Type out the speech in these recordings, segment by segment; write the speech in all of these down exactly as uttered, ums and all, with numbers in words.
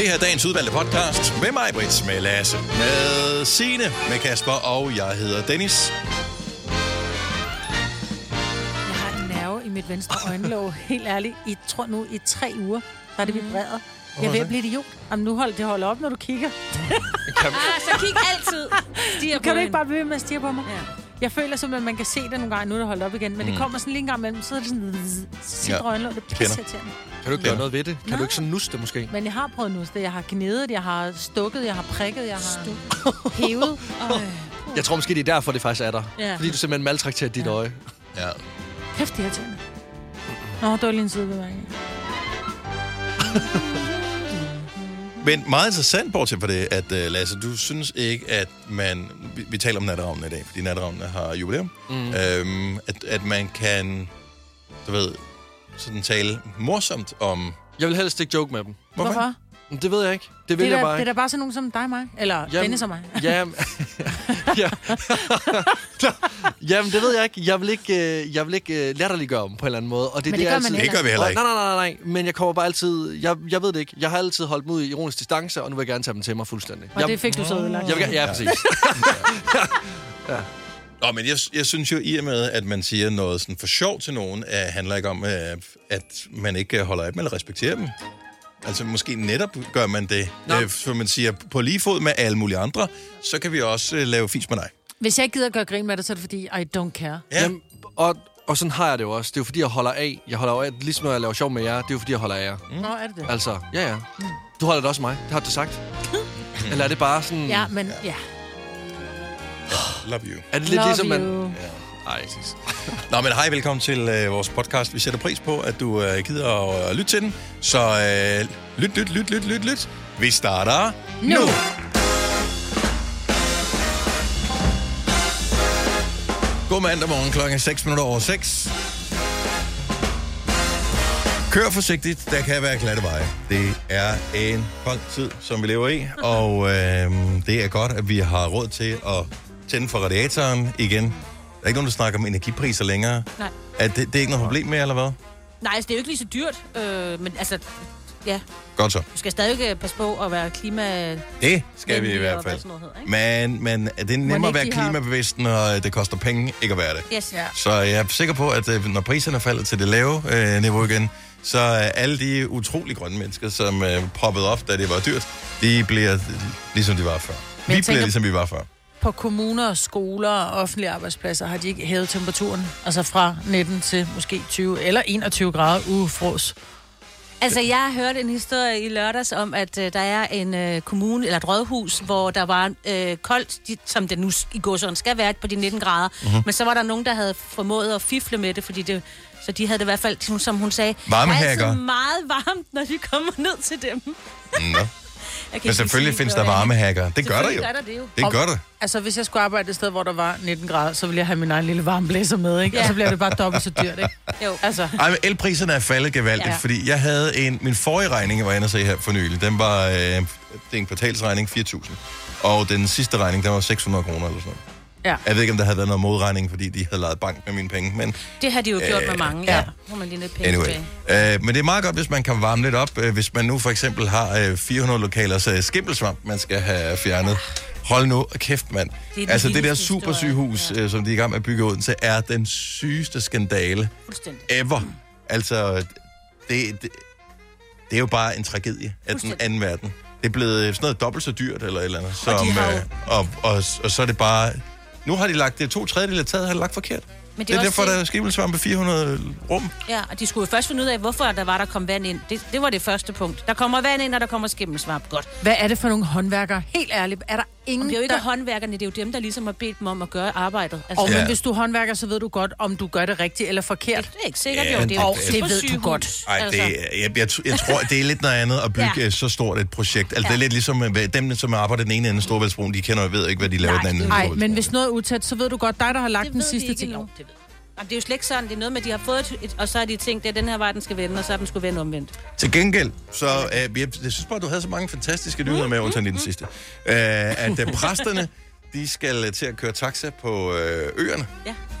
Det her er dagens udvalgte podcast med mig, Brits, med Lasse, med Signe, med Kasper, og jeg hedder Dennis. Jeg har en nerve i mit venstre øjenlåg, helt ærligt. I tror nu i tre uger, der er det vibreret. Jeg er ved at blive idiot. Jamen nu hold, det holder op, når du kigger. Kan... Ah, så kig altid. Stiger kan du ikke bare blive ved med at stige på mig? Ja. Jeg føler simpelthen, at man kan se det nogle gange, nu er det holdt op igen. Men mm. det kommer sådan lige en gang imellem, så er det sådan... Sidder ja. øjenlåg, det er pisseirriterende. Kan du ikke gøre noget ved det? Kan Nej. du ikke sådan nusse det måske? Men jeg har prøvet at nusse det. Jeg har gnedet, jeg har stukket, jeg har prikket, jeg har hævet. Jeg tror måske, det er derfor, det faktisk er der. Ja. Fordi du simpelthen maltrakterer dit ja. øje. Ja. Hæftigt irriterende. Nå, det var lige en sidebemærkning. Men meget interessant, bortset fra det, at uh, Lasse, du synes ikke, at man... Vi, vi taler om natteravnen i dag, fordi natteravnen har jubilæum. Mm. Øhm, at, at man kan, du ved, sådan tale morsomt om... Jeg vil helst ikke joke med dem. Hvorfor? Hvorfor? Det ved jeg ikke. Det vil det jeg der, bare ikke. Det er da bare sådan nogen som dig og mig. Eller jamen, Dennis og mig. Jamen, ja. Jamen, det ved jeg ikke. Jeg vil ikke, jeg vil ikke latterliggøre dem på en eller anden måde. Og det, men det, det gør altid... man ikke. Det gør vi heller ikke. Nej, nej, nej, nej. Men jeg kommer bare altid... Jeg, jeg ved det ikke. Jeg har altid holdt mig ud i ironisk distance, og nu vil jeg gerne tage dem til mig fuldstændig. Og jeg... det fik du så ødelagt. Jeg vil... Ja, præcis. ja. Nå, men jeg, jeg synes jo, i og med, at man siger noget sådan for sjov til nogen, uh, handler ikke om, uh, at man ikke holder af dem eller respekterer dem. Altså, måske netop gør man det, øh, for man siger, på lige fod med alle mulige andre, så kan vi også øh, lave fis med dig. Hvis jeg ikke gider at gøre grin med det, så er det fordi, I don't care. Ja. Jamen, og, og sådan har jeg det jo også. Det er jo fordi, jeg holder af. Jeg holder af, ligesom når jeg laver sjov med jer, det er jo fordi, jeg holder af jer. Mm. Nå, er det det? Altså, ja, ja. Mm. Du holder det også af mig, det har du sagt. Eller er det bare sådan... Ja, men ja. Love you. Er det lidt Love ligesom, man... you. Ja. Ej, præcis. Nå, men hej, velkommen til øh, vores podcast. Vi sætter pris på, at du øh, gider at øh, lytte til den. Så øh, lyt, lyt, lyt, lyt, lyt, lyt. Vi starter nu. nu. God mandag morgen, klokken seks minutter over seks. Kør forsigtigt, der kan være glatte veje. Det er en kold tid, som vi lever i, og øh, det er godt, at vi har råd til at tænde for radiatoren igen. Der er ikke nogen, der snakker om energipriser længere. Nej. Er det, det er ikke noget problem med, eller hvad? Nej, altså, det er jo ikke lige så dyrt, øh, men altså, ja. Godt så. Du skal stadig passe på at være klima... Det skal vi i hvert fald. Hedder, men, men det er nemmere at være klimabevidst, når det koster penge ikke at være det. Yes, ja. Så jeg er sikker på, at når priserne falder til det lave øh, niveau igen, så alle de utrolig grønne mennesker, som øh, poppede op, da det var dyrt, de bliver ligesom de var før. Vi bliver ligesom vi var før. På kommuner, skoler og offentlige arbejdspladser har de ikke hævet temperaturen, altså fra nitten til måske tyve eller enogtyve grader ufros. Altså, jeg har hørt en historie i lørdags om, at øh, der er en øh, kommune, eller et rådhus, hvor der var øh, koldt, de, som det nu i gåsøjne skal være, på de nitten grader. Mm-hmm. Men så var der nogen, der havde formået at fifle med det, fordi det... Så de havde det i hvert fald, som hun sagde, varmehacker. altid meget varmt, når de kommer ned til dem. Nå. Men selvfølgelig sige, findes der varmehacker. Det gør der jo. Gør der det jo. Det gør der. Altså, hvis jeg skulle arbejde et sted, hvor der var nitten grader, så ville jeg have min egen lille varmeblæser med, ikke? Ja. Og så bliver det bare dobbelt så dyrt, ikke? Jo. Altså. Ej, men elpriserne er faldet gevaldigt, ja. Fordi jeg havde en... Min forrige regning, jeg var inde og se her for nylig, den var... Øh, det er en kvartalsregning, fire tusind. Og den sidste regning, den var seks hundrede kroner eller sådan noget. Ja. Jeg ved ikke, om der havde været noget modregning, fordi de havde lavet bank med mine penge, men... Det har de jo gjort øh, med mange, ja. Hvor man lige lidt penge anyway. øh, Men det er meget godt, hvis man kan varme lidt op. Hvis man nu for eksempel har øh, fire hundrede lokaler, så skimmelsvamp, man skal have fjernet. Hold nu kæft, mand. Det altså, det der supersygehus, ja. øh, som de er i gang med at bygge ud til, er den sygeste skandale ever. Mm. Altså, det, det, det er jo bare en tragedie af den anden verden. Det er blevet sådan noget dobbelt så dyrt, eller et eller andet. Som, og, øh, og, og, og så er det bare... Nu har de lagt det to tredjedel af taget, har de lagt forkert. Men det, det er derfor, det... der er skimmelsvampe fire hundrede rum. Ja, og de skulle jo først finde ud af, hvorfor der var, der kom vand ind. Det, det var det første punkt. Der kommer vand ind, og der kommer skimmelsvamp. Godt. Hvad er det for nogle håndværkere? Helt ærligt, er der ingen... Og det er jo ikke der... håndværkerne, det er jo dem, der ligesom har bedt dem om at gøre arbejdet. Altså... Og ja. Men hvis du er håndværker, så ved du godt, om du gør det rigtigt eller forkert. Det er ikke sikkert, ja, jo. Det, er jo det, det ved du godt. Ej, det, jeg, jeg, jeg tror, det er lidt noget andet at bygge ja. så stort et projekt. Altså, ja. Det er lidt ligesom dem, som arbejder den ene ende af Storvældsbroen, de kender og ved ikke, hvad de laver den anden ende. Nej, men hvis noget er utæt, så ved du godt, dig, der har lagt den sidste ting. Det ved det er jo slet ikke sådan, det er noget med, at de har fået et, et, og så har de tænkt, at den her vej, den skal vende, og så er den skulle vende omvendt. Til gengæld, så øh, jeg, jeg synes bare, du havde så mange fantastiske nyheder med, undtagen i den sidste, øh, at øh, præsterne, de skal til at køre taxa på øh, øerne. Ja.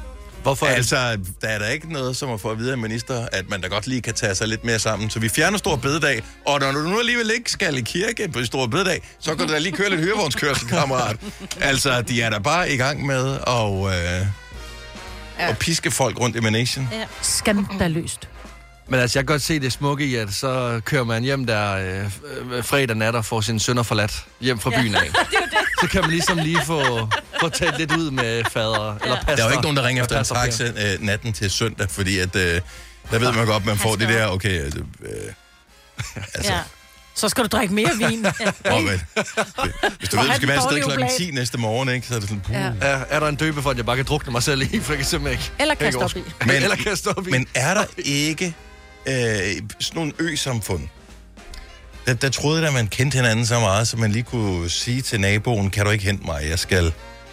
Hvorfor er det? Altså, der er der ikke noget, som at få at vide af minister, at man da godt lige kan tage sig lidt mere sammen. Så vi fjerner Store Bededag, og når du nu alligevel ikke skal i kirke på Store Bededag, så kan du da lige køre lidt hyrevognskørsel, kammerat. Altså, de er da bare i gang med at, øh, ja. at piske folk rundt i managen. Ja. Skandaløst. Men altså, jeg kan godt se det smukke i, at så kører man hjem der øh, fredag nat og får sine sønner forladt hjem fra byen af. Ja. Så kan man ligesom lige få, få talt lidt ud med fader ja. eller pastor. Der er jo ikke nogen, der ringer efter en taxa øh, natten til søndag, fordi at, øh, der ved man godt, man får det der, okay, altså... Øh, altså ja. Så skal du drikke mere vin. Ja. Men, hvis du ved, du skal være et sted klokken ti næste morgen, ikke, så er det sådan... Ja. Ja, er der en døbefond, jeg bare kan drukne mig selv i, for jeg kan simpelthen ikke... Eller kaste op i. Men, Eller kaste op i. Men er der ikke øh, sådan nogle ø-samfund? Der, der troede jeg, at man kendte hinanden så meget, så man lige kunne sige til naboen, kan du ikke hente mig, jeg skal...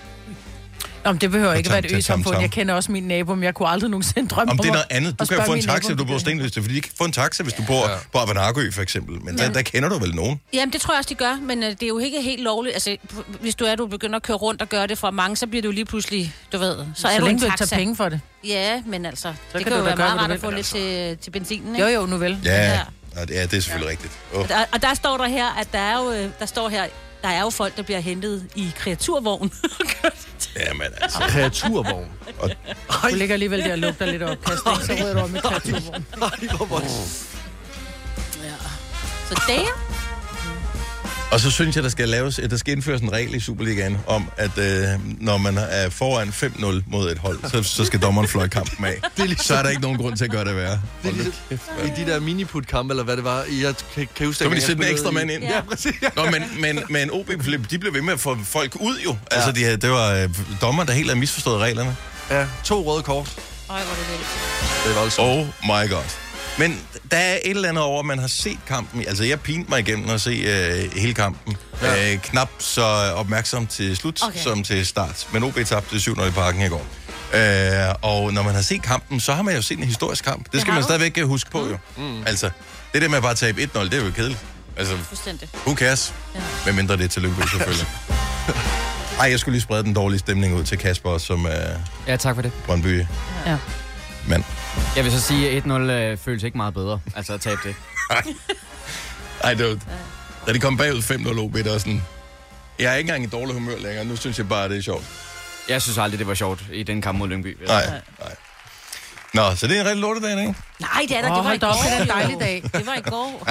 Om det behøver ikke tam, være et ø-samfund. Jeg kender også min nabo, men jeg kunne aldrig nogensinde drømme om på det er noget andet. Du kan jo få en taxa, hvis du bor nabo, Stenløse, fordi du kan få en taxa, hvis du bor ja. på Avanarø, for eksempel. Men ja. der, der kender du vel nogen? Jamen, det tror jeg også, de gør, men uh, det er jo ikke helt lovligt. Altså, hvis du er, du begynder at køre rundt og gøre det for mange, så bliver du lige pludselig, du ved, så, så er så du en længe taxa. Du tager penge for det. Ja, men altså, så det kan, kan jo være meget rart at få vil, lidt altså. til, til benzinen, ikke? Jo, jo, nu vel. Ja, ja. ja det er selvfølgelig ja. rigtigt. Oh. Og, der, og der står der her, at der er jo, der står her, der er jo folk, der bliver hentet i kreaturvogn. Jamen altså. Kreaturvogn. Og... Du ligger alligevel der og lugter lidt opkast, så rører du om i kreaturvogn. Nej, hvor var det. Ja. Så det Og så synes jeg, der skal laves, der skal indføres en regel i Superligaen om, at øh, når man er foran fem nul mod et hold, så, så skal dommeren fløje kampen af. Ligesom... Så er der ikke nogen grund til at gøre det værre. Det er ligesom, i de der miniput-kampe, eller hvad det var, jeg kan, kan huske... Så vil de sætte en ekstra mand ind. Ja, præcis. Ja. Nå, men, men, men O B, de blev ved med at få folk ud jo. Ja. Altså, de, det var øh, dommer, der helt havde misforstået reglerne. Ja, to røde kort. Øj, hvor det vildt. Det er voldsomt. Oh my god. Men der er et eller andet over, man har set kampen. Altså, jeg pinte mig igennem at se øh, hele kampen. Ja. Øh, knap så opmærksom til slut, okay. som til start. Men O B tabte syv nul i Parken i går. Øh, og når man har set kampen, så har man jo set en historisk kamp. Det skal det man stadigvæk huske på, jo. Mm. Altså, det der med at bare tabe et nul, det er jo kedeligt. Altså, who cares? Ja. Med mindre det er til Lyngby, selvfølgelig. Ej, jeg skulle lige sprede den dårlige stemning ud til Kasper, som er ja, tak for det. Brøndby. Ja. Men. Jeg vil så sige, at et nul øh, føles ikke meget bedre, altså at tabe det. Ej, det var, da de kom bagud fem nul O B, det var sådan, jeg er ikke engang i dårlig humør længere, nu synes jeg bare, det er sjovt. Jeg synes aldrig, det var sjovt i den kamp mod Lyngby. Nej, nej. Nå, så det er en rigtig lortedag, ikke? Nej, det er der, oh, det var i går. Det er en dejlig dag. Det var i går.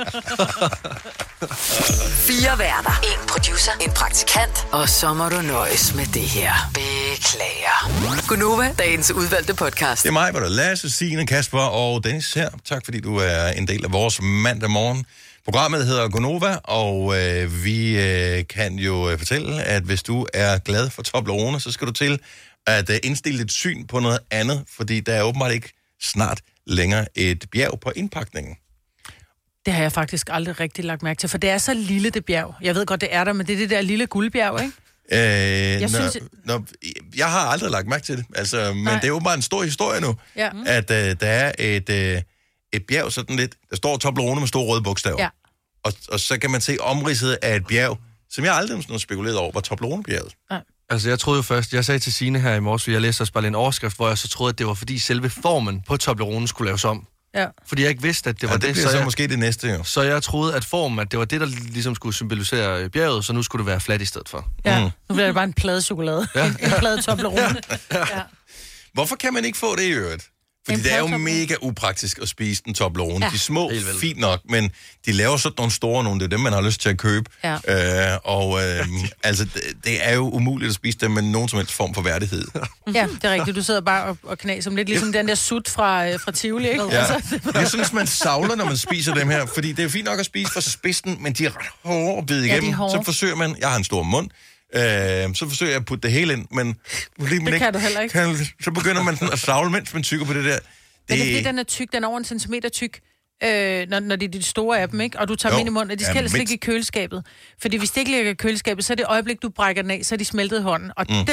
Fire værter, en producer, en praktikant, og så må du nøjes med det her. Beklager. Gunova, dagens udvalgte podcast. Det er mig, hvor der Lasse, Signe, Kasper og Dennis her. Tak fordi du er en del af vores mandag morgen. Programmet hedder Gunova, og øh, vi øh, kan jo øh, fortælle, at hvis du er glad for Toblerone, så skal du til at øh, indstille dit syn på noget andet, fordi der er åbenbart ikke snart længere et bjerg på indpakningen. Det har jeg faktisk aldrig rigtig lagt mærke til, for det er så lille, det bjerg. Jeg ved godt, det er der, men det er det der lille guldbjerg, ikke? Øh, jeg, når, synes... når, jeg har aldrig lagt mærke til det, altså, men Nej. det er jo bare en stor historie nu, ja. at øh, der er et, øh, et bjerg sådan lidt, der står Toblerone med store røde bogstaver, ja. og, og så kan man se omridset af et bjerg, som jeg aldrig har spekuleret over, var Toblerone-bjerget. Ja. Altså, jeg troede jo først, jeg sagde til Signe her i morges, jeg læste også bare en overskrift, hvor jeg så troede, at det var fordi selve formen på Toblerone skulle laves om. Ja. Fordi jeg ikke vidste, at det ja, var det. det, så, så jeg, jeg, måske det næste, jo. Så jeg troede, at formen, at det var det, der ligesom skulle symbolisere bjerget, så nu skulle det være fladt i stedet for. Ja, mm. nu bliver det bare en plade chokolade. Ja. En, en plade Toblerone. Ja. Hvorfor kan man ikke få det i øvrigt? Fordi det er jo mega upraktisk at spise en Toblerone. Ja. De små, fint nok, men de laver sådan nogle store nogle, det er dem, man har lyst til at købe. Ja. Øh, og øh, altså, det, det er jo umuligt at spise dem med nogen som helst form for værdighed. Ja, det er rigtigt. Du sidder bare og, og knaser som lidt ligesom den der sut fra, øh, fra Tivoli, ikke? Ja. Altså, jeg synes, man savler, når man spiser dem her, fordi det er fint nok at spise fra spidsen, men de er ret hårde at bide igennem. Ja, så forsøger man, jeg har en stor mund, Øh, så forsøger jeg at putte det hele ind, men fordi man det ikke, kan du heller ikke. Kan, så begynder man sådan at savle, mens man tykker på det der. Det... Men det er fordi, den er tyk, den er over en centimeter tyk, øh, når, når det er de store af dem, ikke? Og du tager jo, dem ind i munden, og de skal ja, helst ligge i køleskabet. Fordi hvis det ikke ligger i køleskabet, så er det øjeblik, du brækker den af, så er de smeltet i hånden. Og mm. det,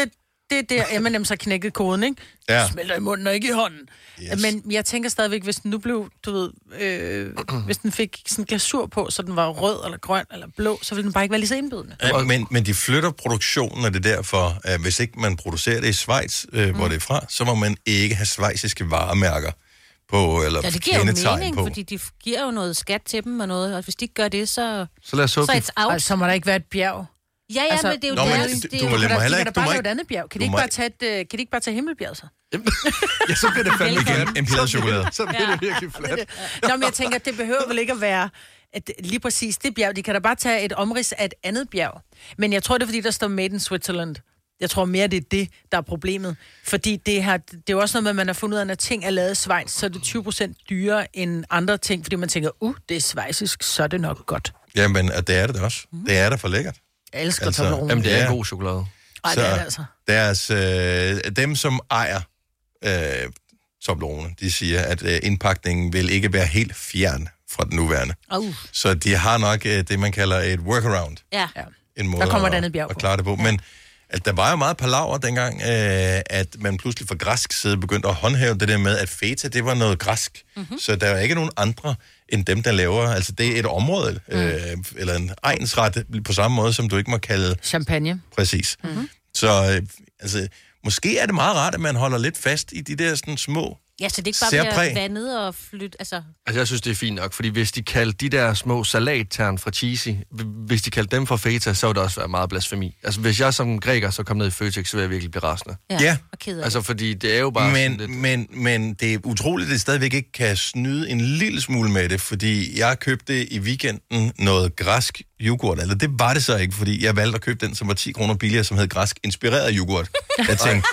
det er der, M and M's har knækket koden, ikke? Ja. Smelter i munden og ikke i hånden. Yes. Men jeg tænker stadigvæk, hvis den nu blev, du ved, øh, hvis den fik sådan glasur på, så den var rød eller grøn eller blå, så ville den bare ikke være lige så indbydende. Ja, men, men de flytter produktionen, og det er derfor, at hvis ikke man producerer det i Schweiz, øh, mm. hvor det er fra, så må man ikke have schweiziske varemærker på, eller Ja, det giver jo kendetegn mening, på. fordi de giver jo noget skat til dem og noget, og hvis de ikke gør det, så, Så lad os så håbe, er de- it's out. Altså, så må der ikke være et bjerg. Ja, ja, altså- men det er jo Nå, men deres... du- det er du jo- må lade mig De heller kan da ikke- du bare må lave ikke- et andet bjerg. Kan du de ikke må bare ikke- tage et, øh, kan de ikke bare tage himmelbjerg så? ja, så bliver det fandme Igen, impileret chokolade. Så bliver det virkelig flat. Nå, men jeg tænker, at det behøver vel ikke at være at lige præcis det bjerg. De kan da bare tage et omrids af et andet bjerg. Men jeg tror, det er, fordi der står Made in Switzerland. Jeg tror mere, det er det, der er problemet. Fordi det, her, det er jo også noget med, at man har fundet ud af, at når ting er lavet i Schweiz, så er det tyve procent dyrere end andre ting. Fordi man tænker, uh, det er schweizisk, så er det nok godt. Jamen, og det er det da også. Det er da for lækkert. Jeg elsker Altså, altså, Toblerone. Jamen, det er Ja. en god chokolade. Ej, det er det altså. Deres, øh, dem, som ejer øh, Toblerone, de siger, at øh, indpakningen vil ikke være helt fjern fra den nuværende. Uh, Så de har nok øh, det, man kalder et workaround. ja. Ja. En måde Der kommer et at, andet bjerg at på. klare det på. Men at der var jo meget palaver dengang, øh, at man pludselig fra græsk side begyndte at håndhæve det der med, at feta, det var noget græsk. Mm-hmm. Så der er ikke nogen andre end dem, der laver. Altså, det er et område, mm. øh, eller en egnsret, på samme måde, som du ikke må kalde Champagne. præcis. Mm-hmm. Så øh, altså, måske er det meget rart, at man holder lidt fast i de der sådan små... Ja, så det ikke bare Særpræg. bliver vandet og flyt, altså... Altså, jeg synes, det er fint nok, fordi hvis de kaldte de der små salattern fra cheesy, hvis de kaldte dem for feta, så ville det også være meget blasfemi. Altså, hvis jeg som græker så kom ned i Føtex, så ville jeg virkelig blive rasende. Ja. Og ked af Altså, fordi det er jo bare sådan Men, lidt... men, men det er utroligt, at det stadigvæk ikke kan snyde en lille smule med det, fordi jeg købte i weekenden noget græsk yoghurt, eller det var det så ikke, fordi jeg valgte at købe den, som var ti kroner billigere, som hed græsk inspireret yoghurt. Jeg tænkte,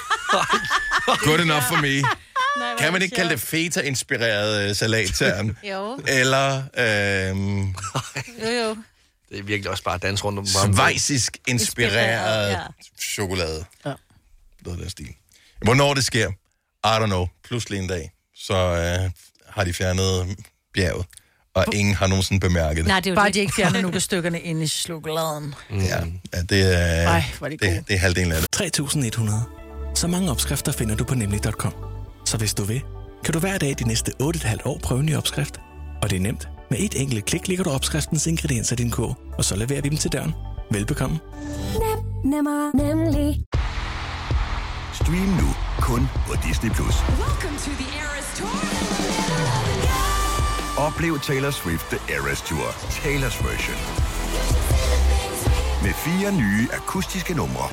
good enough for me. Nej, Kan man ikke kalde det feta-inspireret uh, salattern? Jo, Eller øhm, jo, jo. Det er virkelig også bare dans rundt om schweizisk inspireret Ja. chokolade. Ja. Noget af den stil. Hvornår det sker, I don't know. Pludselig en dag, så øh, har de fjernet bjerget, og ingen har nogensinde bemærket det. Nej, det er jo Bare det. de ikke fjerner nogle af stykkerne inde i chokoladen. Ja, ja det, er, Ej, hvor er det det, gode. det er halvdelen af det. tre tusind et hundrede. Så mange opskrifter finder du på nemlig punktum com. Så hvis du vil, kan du hver dag de næste otte komma fem år prøve en ny opskrift. Og det er nemt. Med et enkelt klik ligger du opskriftens ingredienser i din kog, og så leverer vi dem til døren. Velbekomme. Nem, nemmer, nemlig. Stream nu kun på Disney plus. Oplev Taylor Swift The Eras Tour, Taylor's version. Med fire nye akustiske numre.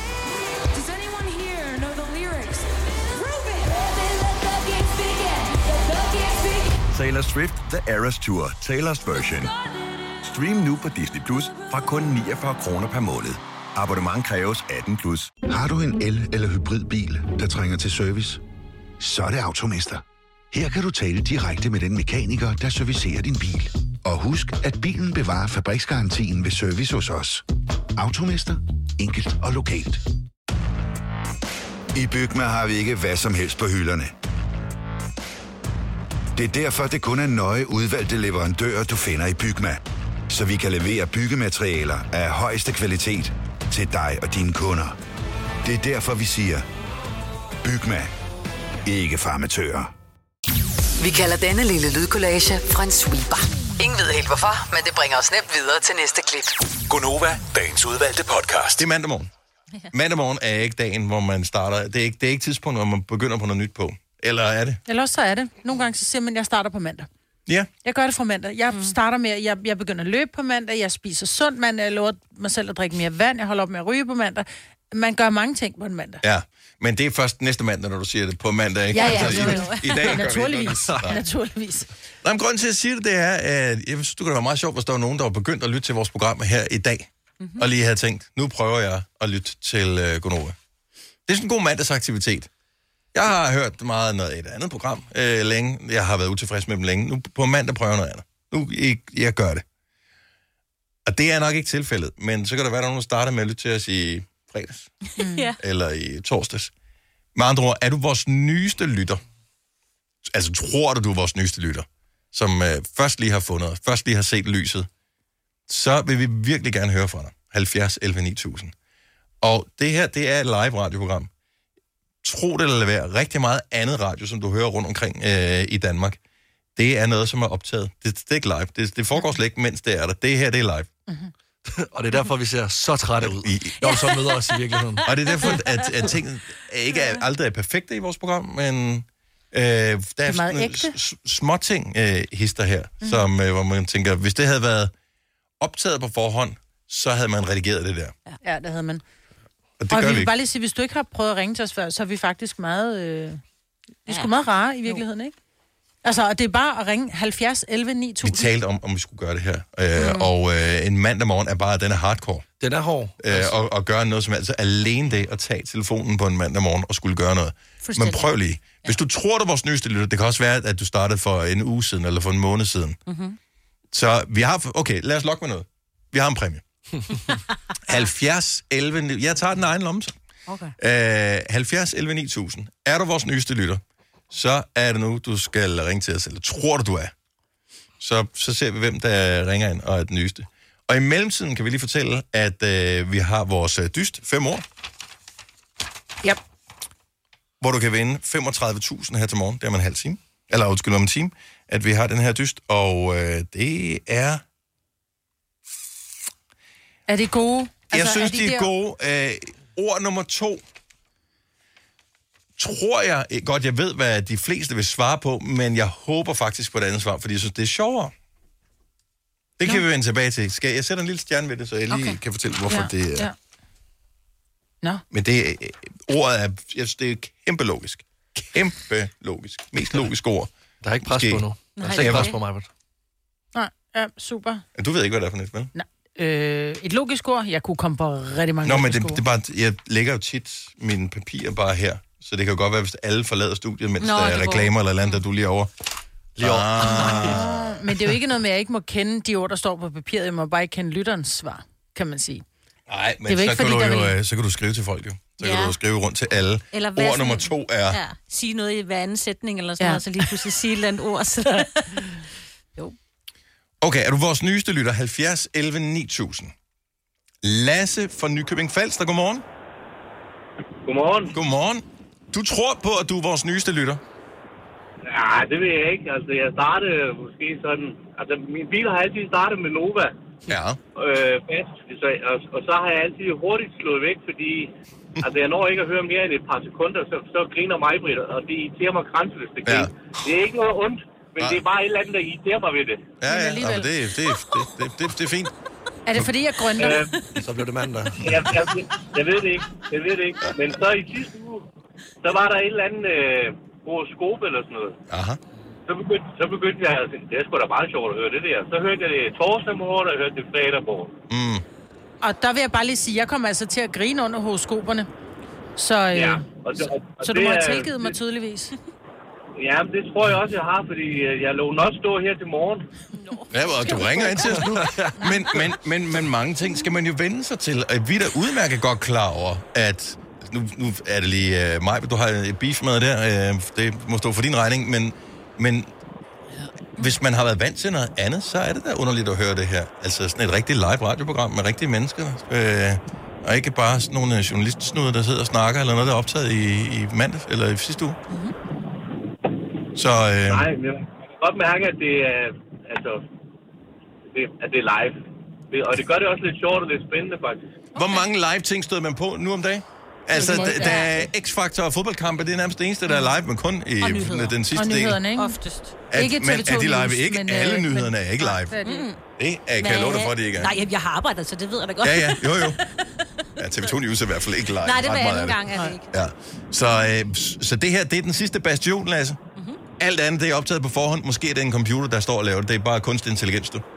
Taylor Swift The Eras Tour, Taylor's version. Stream nu på Disney plus fra kun niogfyrre kroner per måned. Abonnement kræves atten plus. Har du en el- eller hybridbil, der trænger til service? Så er det Automester. Her kan du tale direkte med den mekaniker, der servicerer din bil. Og husk, at bilen bevarer fabriksgarantien ved service hos os. Automester. Enkelt og lokalt. I Bygma har vi ikke hvad som helst på hylderne. Det er derfor, det kun er nøje udvalgte leverandører, du finder i Bygma. Så vi kan levere byggematerialer af højeste kvalitet til dig og dine kunder. Det er derfor, vi siger, Bygma. Ikke farmatører. Vi kalder denne lille lydkollage en sweeper. Ingen ved helt hvorfor, men det bringer os nemt videre til næste klip. Gonova, dagens udvalgte podcast. Det er mandag morgen. Mandag morgen er ikke dagen, hvor man starter. Det er ikke, det er ikke tidspunktet, hvor man begynder på noget nyt på. Eller er det? Eller også så er det. Nogle gange så siger man, at jeg starter på mandag. Ja. Jeg gør det fra mandag. Jeg mm. starter med, at jeg, jeg begynder at løbe på mandag, jeg spiser sundt mandag, jeg lover mig selv at drikke mere vand, jeg holder op med at ryge på mandag. Man gør mange ting på en mandag. Ja, men det er først næste mandag, når du siger det på mandag, ikke? Ja, ja, altså, jo, i, jo. i dag gør vi ikke Naturligvis. noget. Nej. Naturligvis. Nej, men grunden til, at jeg siger det, det er, at jeg synes, det kunne være meget sjovt, hvis der var nogen, der var begyndt at lytte til vores program her i dag, mm-hmm. og lige havde tænkt, nu prøver jeg at lytte til uh, Gonova. Det er sådan en god mandagsaktivitet. Jeg har hørt meget noget et andet program øh, længe. Jeg har været utilfreds med dem længe. Nu på mandag prøver jeg noget andet. Nu jeg, jeg gør det. Og det er nok ikke tilfældet, men så kan der være, der nogen, der starter med at lytte til os i fredags. Ja. Eller i torsdags. Med andre ord, er du vores nyeste lytter? Altså, tror du, du er vores nyeste lytter? Som øh, først lige har fundet, først lige har set lyset. Så vil vi virkelig gerne høre fra dig. halvfjerds elleve ni tusind. Og det her, det er et live radioprogram. Tro det eller være rigtig meget andet radio, som du hører rundt omkring øh, i Danmark. Det er noget, som er optaget. Det, det er ikke live. Det, det foregår slet ikke, mens det er der. Det her, det er live. Mm-hmm. Og det er derfor, vi ser så trætte ud, når vi så møder os i virkeligheden. Og det er derfor, at, at tingene ikke er, aldrig er perfekte i vores program, men øh, der er, er sådan s- små ting, øh, hister her, mm. som, øh, hvor man tænker, hvis det havde været optaget på forhånd, så havde man redigeret det der. Ja, det havde man. Og det og gør vi vi vil ikke. bare lige sige, hvis du ikke har prøvet at ringe til os før, så er vi faktisk meget... Øh, vi er sgu meget rare i virkeligheden, ikke? Altså, det er bare at ringe halvfjerds elleve ni tusind. Vi talte om, om vi skulle gøre det her. Øh, mm. Og øh, en mandag morgen er bare, den er hardcore. Den er hård. Øh, og, og gøre noget som altså alene det, at tage telefonen på en mandag morgen og skulle gøre noget. Men prøv lige. Hvis du tror, du er vores nyeste lytter, det kan også være, at du startede for en uge siden, eller for en måned siden. Mm-hmm. Så vi har... Okay, lad os lokke med noget. Vi har en præmie. halvfjerds elleve Jeg tager den egen lomme så. Okay. Øh, halvfjerds elleve ni tusind. Er du vores nyeste lytter, så er det nu, du skal ringe til os, eller tror du, du er. Så, så ser vi, hvem der ringer ind og er den nyeste. Og i mellemtiden kan vi lige fortælle, at øh, vi har vores øh, dyst, fem år. Ja. Hvor du kan vinde femogtredive tusind her til morgen. Det er om en halv time. Eller undskyld, om en time, at vi har den her dyst. Og øh, det er... Er det gode? Jeg altså, synes, er de, de er der... gode. Øh, ord nummer to... Tror jeg godt, jeg ved, hvad de fleste vil svare på, men jeg håber faktisk på det andet svar, fordi jeg synes, det er sjovere. Det kan Nå. vi vende tilbage til. Skal jeg sætte en lille stjerne ved det, så jeg lige okay. kan fortælle, hvorfor ja. det er... Ja. Nå. Men det ordet er, jeg synes, det er kæmpe logisk. Kæmpe logisk. Mest logisk ord. Der er ikke pres Måske. på nu. Der er ikke pres på mig. Nej, ja, super. Du ved ikke, hvad det er for net, vel? Nej. Øh, et logisk ord, jeg kunne komme på rigtig mange Nå, men det, det er bare, jeg lægger jo tit mine papirer bare her, så det kan jo godt være, hvis alle forlader studiet, mens Nå, der er reklamer eller andet, der du lige over. Lige over. Ah. Men det er jo ikke noget med, at jeg ikke må kende de ord, der står på papiret. Jeg må bare ikke kende lytterens svar, kan man sige. Nej, men så, ikke, kan fordi, du jo, vil... så kan du skrive til folk jo. Så ja. kan du skrive rundt til alle. Eller ord nummer to er... Ja, sige noget i hver anden sætning eller sådan ja. noget, så lige pludselig sige et eller andet ord. Så... jo. Okay, er du vores nyeste lytter? halvfjerds elleve ni tusind. Lasse fra Nykøbing Falster, godmorgen. Godmorgen. Godmorgen. Du tror på, at du er vores nyeste lytter? Ja, det ved jeg ikke. Altså, jeg startede måske sådan... Altså, min bil har altid startet med Nova. Ja. Øh, fast, så, og, og så har jeg altid hurtigt slået væk, fordi... altså, jeg når ikke at høre mere end et par sekunder, så, så griner mig, Britt, og det irriterer mig grænseløst. Det, ja. det er ikke noget ondt, men Nej. det er bare et eller andet, der irriterer mig ved det. Ja, ja, ja det, det, det, det, det, det er fint. Er det fordi, jeg grønner? Øh, så blev det mandag. jeg, jeg, jeg ved det ikke. Jeg ved det ikke. Men så i sidste uge, så var der et eller andet øh, horoskop eller sådan noget. Aha. Så begyndte, så begyndte jeg at tænke, det er sgu da bare sjovt at høre det der. Så hørte jeg det torsdag morgen, og jeg hørte det fredag morgen. Mm. Og der vil jeg bare lige sige, jeg kommer altså til at grine under horoskoperne. Så, øh, ja, og det, og, så og du må have er, tilgivet mig det, tydeligvis. Ja, men det tror jeg også, jeg har, fordi jeg lå nok stå her til morgen. Ja, og du ringer ind til os nu. Men, men, men, men mange ting skal man jo vende sig til. Og vi er da udmærket godt klar over, at... Nu, nu er det lige uh, mig, du har et beef med der. Uh, det må stå for din regning. Men, men hvis man har været vant til noget andet, så er det da underligt at høre det her. Altså sådan et rigtigt live radioprogram med rigtige mennesker. Uh, og ikke bare sådan nogle journalistsnuder, der sidder og snakker, eller noget, der er optaget i, i mandag eller i sidste uge. Mm-hmm. Så, øh... Nej, men jeg kan godt mærke, at det er, altså, det, at det er live. Og det gør det også lidt sjovt og lidt spændende, faktisk. Hvor mange live ting stod man på nu om dagen? Altså, d- der er X-Factor og fodboldkampe, det er nærmest det eneste, der er live, men kun i den sidste del. Og nyhederne, ikke? Oftest. At, ikke men er de live? Ikke men, alle øh, nyhederne er ikke live. Mm. Det er, kan jeg love dig for, at det ikke er. Nej, jeg har arbejdet, så det ved jeg da godt. Ja, ja, jo, jo. Ja, T V to News er i hvert fald ikke live. Nej, det var anden gang, er det ikke. Ja. Så, øh, så det her, det er den sidste bastion, Lasse. Mm-hmm. Alt andet, det er optaget på forhånd. Måske er det en computer, der står og laver det. Det er bare kunstig intelligens, du.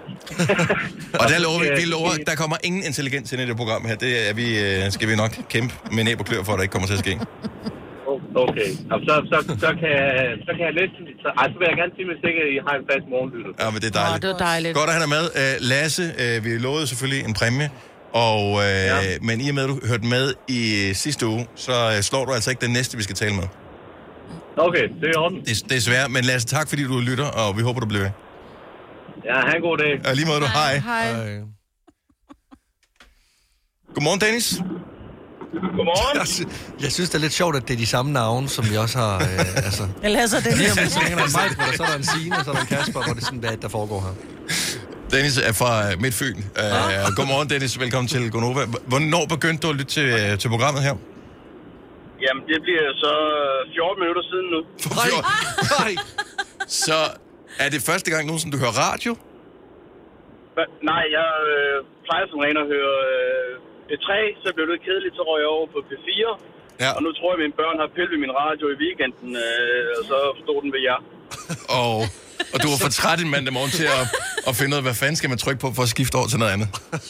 Og der lover vi, vi lover, der kommer ingen intelligens ind i det program her. Det er vi, skal vi nok kæmpe med næb og klør for, at der ikke kommer til at ske. Okay, så, så, så, kan, jeg, så kan jeg lidt... Så, altså vil jeg gerne sige, hvis ikke I har en fast morgenlytter. Ja, men det er dejligt. Nå, det er dejligt. Godt at have dig med. Uh, Lasse, uh, vi lovede selvfølgelig en præmie. Og, uh, ja. Men i og med, at du hørte med i sidste uge, så uh, slår du altså ikke den næste, vi skal tale med. Okay, det er i orden. Det, det er svært, men Lasse, tak fordi du lytter, og vi håber, du bliver ved. Ja, have en god dag. Ja, lige måde du. Hej. Hej. Hej. Godmorgen, Dennis. Godmorgen. Jeg, sy- jeg synes, det er lidt sjovt, at det er de samme navne, som vi også har... Øh, altså. Jeg læser det. Lige om lidt, så er der en Majbrit, og så er der en Signe, og så er der en Kasper, hvor det er sådan, hvad der foregår her. Dennis er fra Midtfyn. Uh, godmorgen, Dennis. Velkommen til Gonova. Hvornår begyndte du at lytte til, til programmet her? Jamen, det bliver så fjorten minutter siden nu. Nej. Så er det første gang nogensinde, du hører radio? Hva? Nej, jeg øh, plejer som regel at høre øh, P tre, så blev det kedeligt, så røg jeg over på P fire. Ja. Og nu tror jeg, at mine børn har pillet ved min radio i weekenden, øh, og så stod den ved jer. Og, og du var for træt en mandag morgen til at, at finde ud af, hvad fanden skal man trykke på for at skifte over til noget andet?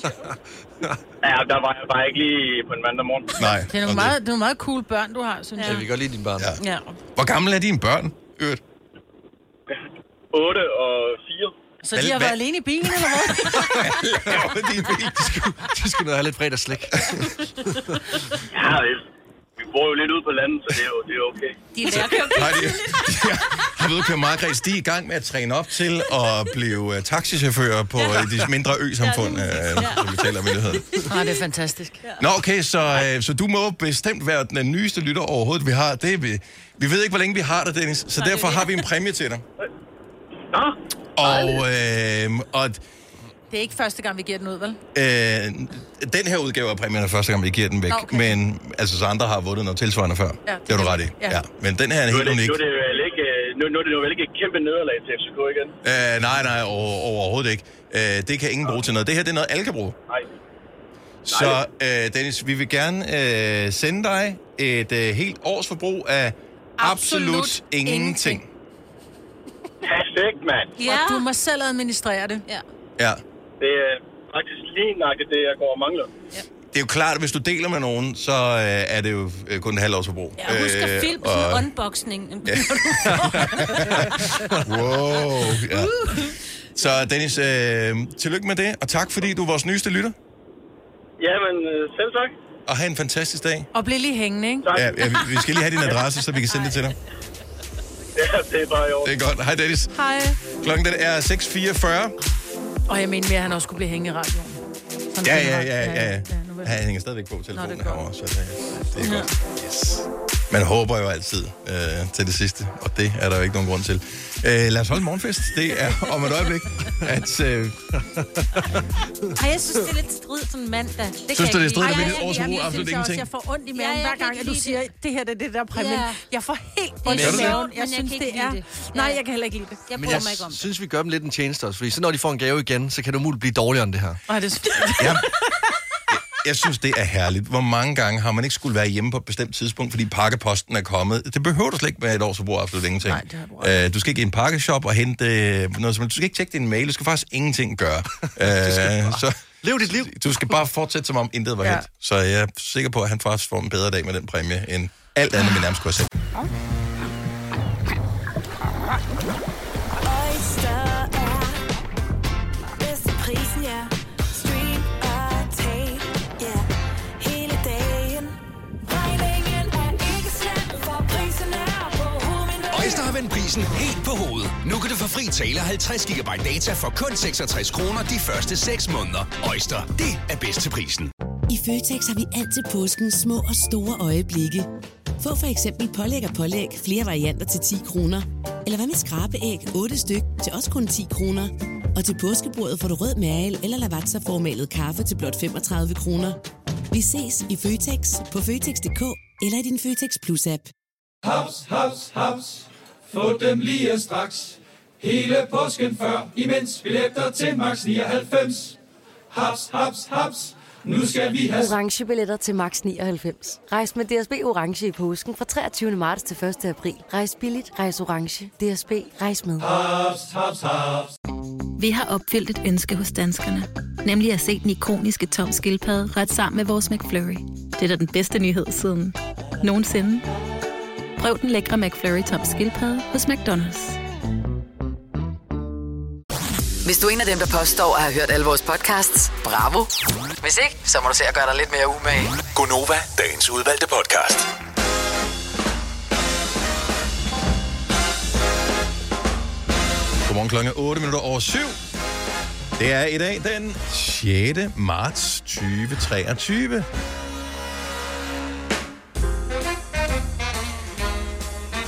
Ja, der var jeg bare ikke lige på en mandag morgen. Nej. Det er nogle, meget, det er nogle meget cool børn, du har, synes Ja, jeg. vi kan godt lide dine børn. Ja. Ja. Hvor gamle er dine børn? Øvrigt? otte og fire. Så de har været alene i bilen, eller hvad? Ja, de, de, skulle, de skulle have lidt fredagsslik. Ja, vi bor jo lidt ude på landet, så det er jo, det er okay. De er lærer. Nej, de, de har ved at køre Margrethe, de er i gang med at træne op til at blive uh, taxichauffører på uh, de mindre ø-samfund, uh, som vi taler om i det hedder. Ah, det er fantastisk. Nå, okay, så, uh, så du må bestemt være den nyeste lytter overhovedet, vi har. Det er, vi, vi ved ikke, hvor længe vi har dig, Dennis, så derfor har vi en præmie til dig. Nå? Og, øh, og Det er ikke første gang, vi giver den ud, vel? øh, den her udgave af præmien er første gang, vi giver den væk. Okay. Men altså, så andre har vundet noget tilsvarende før. Ja, det har du ret i. ja. Ja. Men den her er Nu er helt det, unik. nu er det vel ikke, nu, nu er det jo vel ikke et kæmpe nederlag til F C K igen? Øh, nej, nej, over, overhovedet ikke. Øh, det kan ingen bruge til noget. Det her, det er noget, alle kan bruge. Nej. Så øh, Dennis, vi vil gerne øh, sende dig et øh, helt års forbrug af absolut, absolut ingenting. ingenting. Perfekt, mand. Ja. Og du må selv administrere det. Ja. Ja. Det er faktisk lige nøjagtigt det, jeg går og mangler. Ja. Det er jo klart, at hvis du deler med nogen, så øh, er det jo øh, kun en halv års forbrug. Ja, husk at filme Øh, sådan og- en unboxing. Ja. Wow. Ja. Så Dennis, øh, tillykke med det, og tak fordi du er vores nyeste lytter. Jamen, øh, selv tak. Og have en fantastisk dag. Og bliv lige hængende, ikke? Ja, ja, vi- vi skal lige have din adresse, så vi kan sende det til dig. Ja, det er bare i orden. Det er godt. Hej Dennis. Hej. Klokken den er seks fireogfyrre. Og jeg mener mere, at han også skulle blive hængende i radioen. Sådan Ja, en ja, radio. ja, ja. ja. nu vel. Han hænger stadigvæk på telefonen Nå, det er herovre, så det, det er godt. Yes. Man håber jo altid øh, til det sidste, og det er der jo ikke nogen grund til. Øh, lad os holde en morgenfest. Det er om et øjeblik, at... Øh, Ej, jeg synes, det er lidt strid sådan mandag. Det Synes kan du, jeg det er strid, ikke at vi lide. lidt Ej, års jeg- forbrug? jeg Absolut synes også, ingenting. Jeg får ondt i Ja, maven, jeg hver kan gang, ikke at du lide siger, det her det er det der præmien. Ja. Jeg får helt Det ondt er i sjovt, maven. men Jeg jeg synes, kan det ikke er... lide det. Nej, Ja. jeg kan heller ikke lide det. Jeg Men bryder jeg mig ikke om det. synes, vi gør dem lidt en tjeneste også, fordi så når de får en gave igen, så kan det umuligt blive dårligere end det her. Ej, det er... ja, jeg synes, det er herligt. Hvor mange gange har man ikke skulle være hjemme på et bestemt tidspunkt, fordi pakkeposten er kommet? Det behøver du slet ikke med et års forbrug, absolut ingenting. Nej, det har du ret. Øh, du skal ikke i en pakkeshop og hente øh, noget, som du skal ikke tjekke din mail. Du skal faktisk ingenting gøre. øh, så lev dit liv. Du skal bare fortsætte, som om intet var Ja. hent. Så jeg er sikker på, at han faktisk får en bedre dag med den præmie, end alt andet, vi nærmest kunne have set. Oyster er bedst til prisen, ja. Stream og tag, ja. Hele dagen. Regningen er ikke slem, for prisen er på hovedet. Oyster har vendt prisen helt på hovedet. Nu kan du få fri tale halvtreds gigabyte data for kun seksogtres kroner de første seks måneder. Oyster, det er bedst til prisen. I Føtex har vi altid påskens små og store øjeblikke. Få for eksempel pålæg og pålæg flere varianter til ti kroner. Eller hvad med skrabeæg otte styk til også kun ti kroner. Og til påskebordet får du rød mal eller lavatserformalet kaffe til blot femogtredive kroner. Vi ses i Føtex på Føtex punktum d k eller i din Føtex Plus-app. Haps, haps, haps. Få dem lige straks. Hele påsken før, imens billetter til max nioghalvfems. Haps, haps, haps. Nu skal vi have... Orange billetter til max nioghalvfems. Rejs med D S B Orange i påsken fra treogtyvende marts til første april. Rejs billigt, rejs orange. D S B, rejs med. Haps, haps, haps. Vi har opfyldt et ønske hos danskerne. Nemlig at se den ikoniske Tom Skildpadde ret sammen med vores McFlurry. Det er da den bedste nyhed siden nogensinde. Prøv den lækre McFlurry Tom Skildpadde hos McDonald's. Hvis du er en af dem, der påstår at have hørt alle vores podcasts, bravo. Hvis ikke, så må du se at gøre dig lidt mere umage. Gonova, dagens udvalgte podcast. Godmorgen, klokken er otte minutter over syv. Det er i dag den sjette marts tyve treogtyve.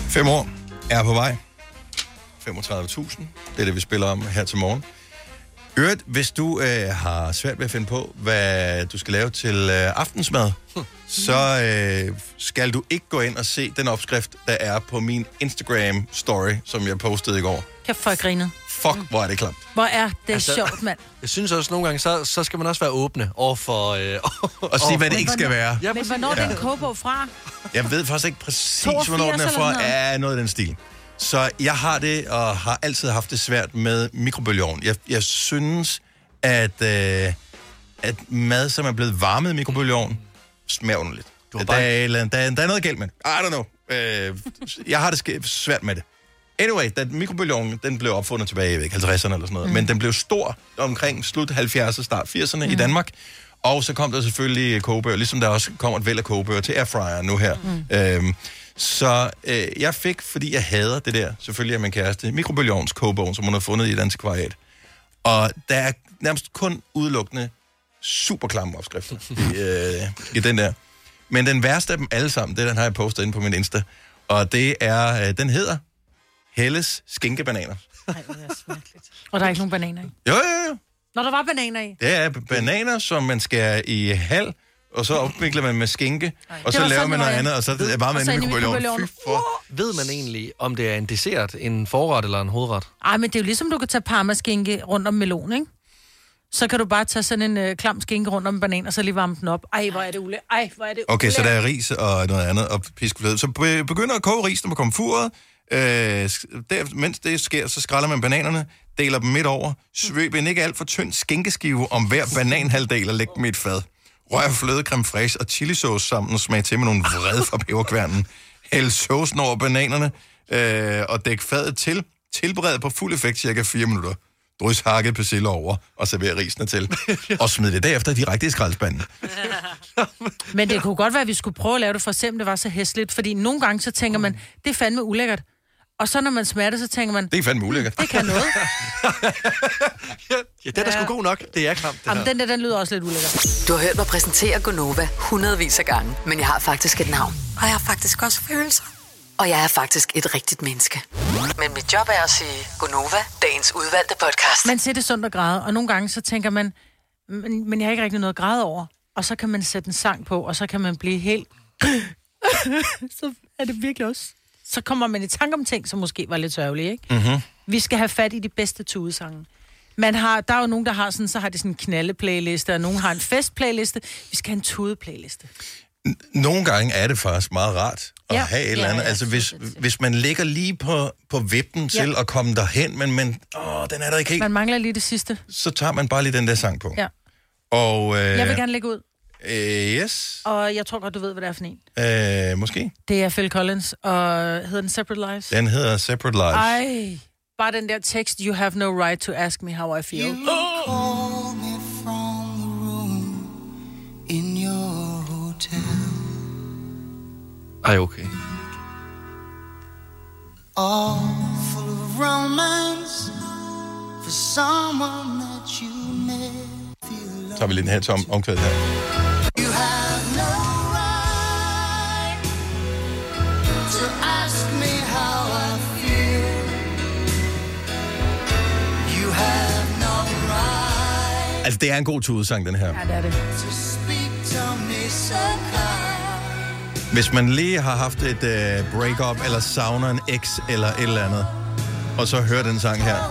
Fem år er på vej. femogtredive tusind. Det er det, vi spiller om her til morgen. Øvrigt, hvis du øh, har svært ved at finde på, hvad du skal lave til øh, aftensmad, hm. så øh, skal du ikke gå ind og se den opskrift, der er på min Instagram-story, som jeg postede i går. Kan folk grine? Fuck, hvor er det klamt. Hvor er det altså, sjovt, mand. Jeg synes også, nogle gange, så, så skal man også være åbne over for... Øh, og sige, hvad det ikke skal være. Ja, men hvornår ja. er den kogebog fra? Jeg ved faktisk ikke præcis, hvornår den er fra. Ja, noget af den stil. Så jeg har det, og har altid haft det svært med mikrobølgeovn. Jeg, jeg synes, at, øh, at mad, som er blevet varmet i mikrobølgeovn, smager underligt. Der, bare... der, der, der er noget galt med det. I don't know. Øh, jeg har det svært med det. Anyway, da mikrobølgeovnen, den blev opfundet tilbage i halvtredserne eller sådan noget, mm. men den blev stor omkring slut halvfjerdserne, start firserne mm. i Danmark. Og så kom der selvfølgelig kogebøger, ligesom der også kommer et væld af kogebøger til airfryer nu her. Mm. Øhm, så øh, jeg fik, fordi jeg hader det der, selvfølgelig af min kæreste, mikrobølgeovns kogebogen, som hun har fundet i et antikvariat. Og der er nærmest kun udelukkende super klamme opskrifter i, øh, i den der. Men den værste af dem alle sammen, det den har jeg postet inde på min Insta, og det er, øh, den hedder Helles skinkebananer. Ej, det er smageligt. Og der er ikke nogen bananer i? Jo, jo, jo. Når der var bananer i? Det er bananer, som man skærer i halv, og så opvikler man med skinke, Ej. og så laver man noget andet, og så er det bare med en mikrobølgeovn. Fy for... Ved man egentlig, om det er en dessert, en forret eller en hovedret? Ej, men det er jo ligesom, du kan tage parmaskinke rundt om melon, ikke? Så kan du bare tage sådan en øh, klam skinke rundt om en banan, og så lige varme den op. Ej, hvor er det ule. Ej, hvor er det ule. Okay, så der er ris og noget andet, og piskefløde. Så begynder at koge risen på komfuret. Øh, der, mens det sker, så skræller man bananerne, deler dem midt over, svøb en ikke alt for tynd skinkeskive om hver bananhalvdel og læg dem i et fad. Rør fløde, creme fraiche og chilisauce sammen og smag til med nogle vrede fra peberkværnen. Hæld saucen over bananerne øh, og dæk fadet til. Tilbered på fuld effekt cirka fire minutter. Drys hakket persille over og server risene til. Og smid det derefter direkte i skraldespanden. Men det kunne godt være, at vi skulle prøve at lave det, for eksempel det var så hæsligt. Fordi nogle gange så tænker man, det er fandme ulækkert. Og så når man smager det, så tænker man... Det er fandme ulækkert. Det kan noget. ja, den er sgu god nok. Det er klamt, det Jamen, den der, den lyder også lidt ulækkert. Du har hørt mig præsentere Gonova hundredvis af gange, men jeg har faktisk et navn. Og jeg har faktisk også følelser. Og jeg er faktisk et rigtigt menneske. Men mit job er at sige Gonova, dagens udvalgte podcast. Man ser det sundt og græde, og nogle gange så tænker man, men, men jeg har ikke rigtig noget at græde over. Og så kan man sætte en sang på, og så kan man blive helt... så er det virkelig også... Så kommer man i tanke om ting, som måske var lidt sørgelige, ikke? Mm-hmm. Vi skal have fat i de bedste tudesange. Man har, der er jo nogen, der har sådan, så har de sådan en knalde-playliste, og nogen har en fest-playliste. Vi skal have en tude-playliste. Nogle gange er det faktisk meget rart at ja. have et eller andet. Ja, ja, altså, hvis, hvis man ligger lige på, på vippen til ja. at komme derhen, men, men åh, den er der ikke helt. Man mangler lige det sidste. Så tager man bare lige den der sang på. Ja. Og, øh, jeg vil gerne lægge ud. Øh, yes. Og jeg tror godt, du ved, hvad det er for en. Øh, måske. Det er Phil Collins, og hedder den Separate Lives? Den hedder Separate Lives. Ej, bare den der tekst, you have no right to ask me how I feel. You call me from the room in your hotel. Ej, okay. All full of romance for someone that you met. Så tager vi lige den her tom omkvædet her. You have no right to ask me how I feel. You have no right. Altså, det er en god tudesang, den her. Ja, det er det. To speak to me so kind. Hvis man lige har haft et uh, break-up, eller savner en ex, eller et eller andet, og så hører den sang her.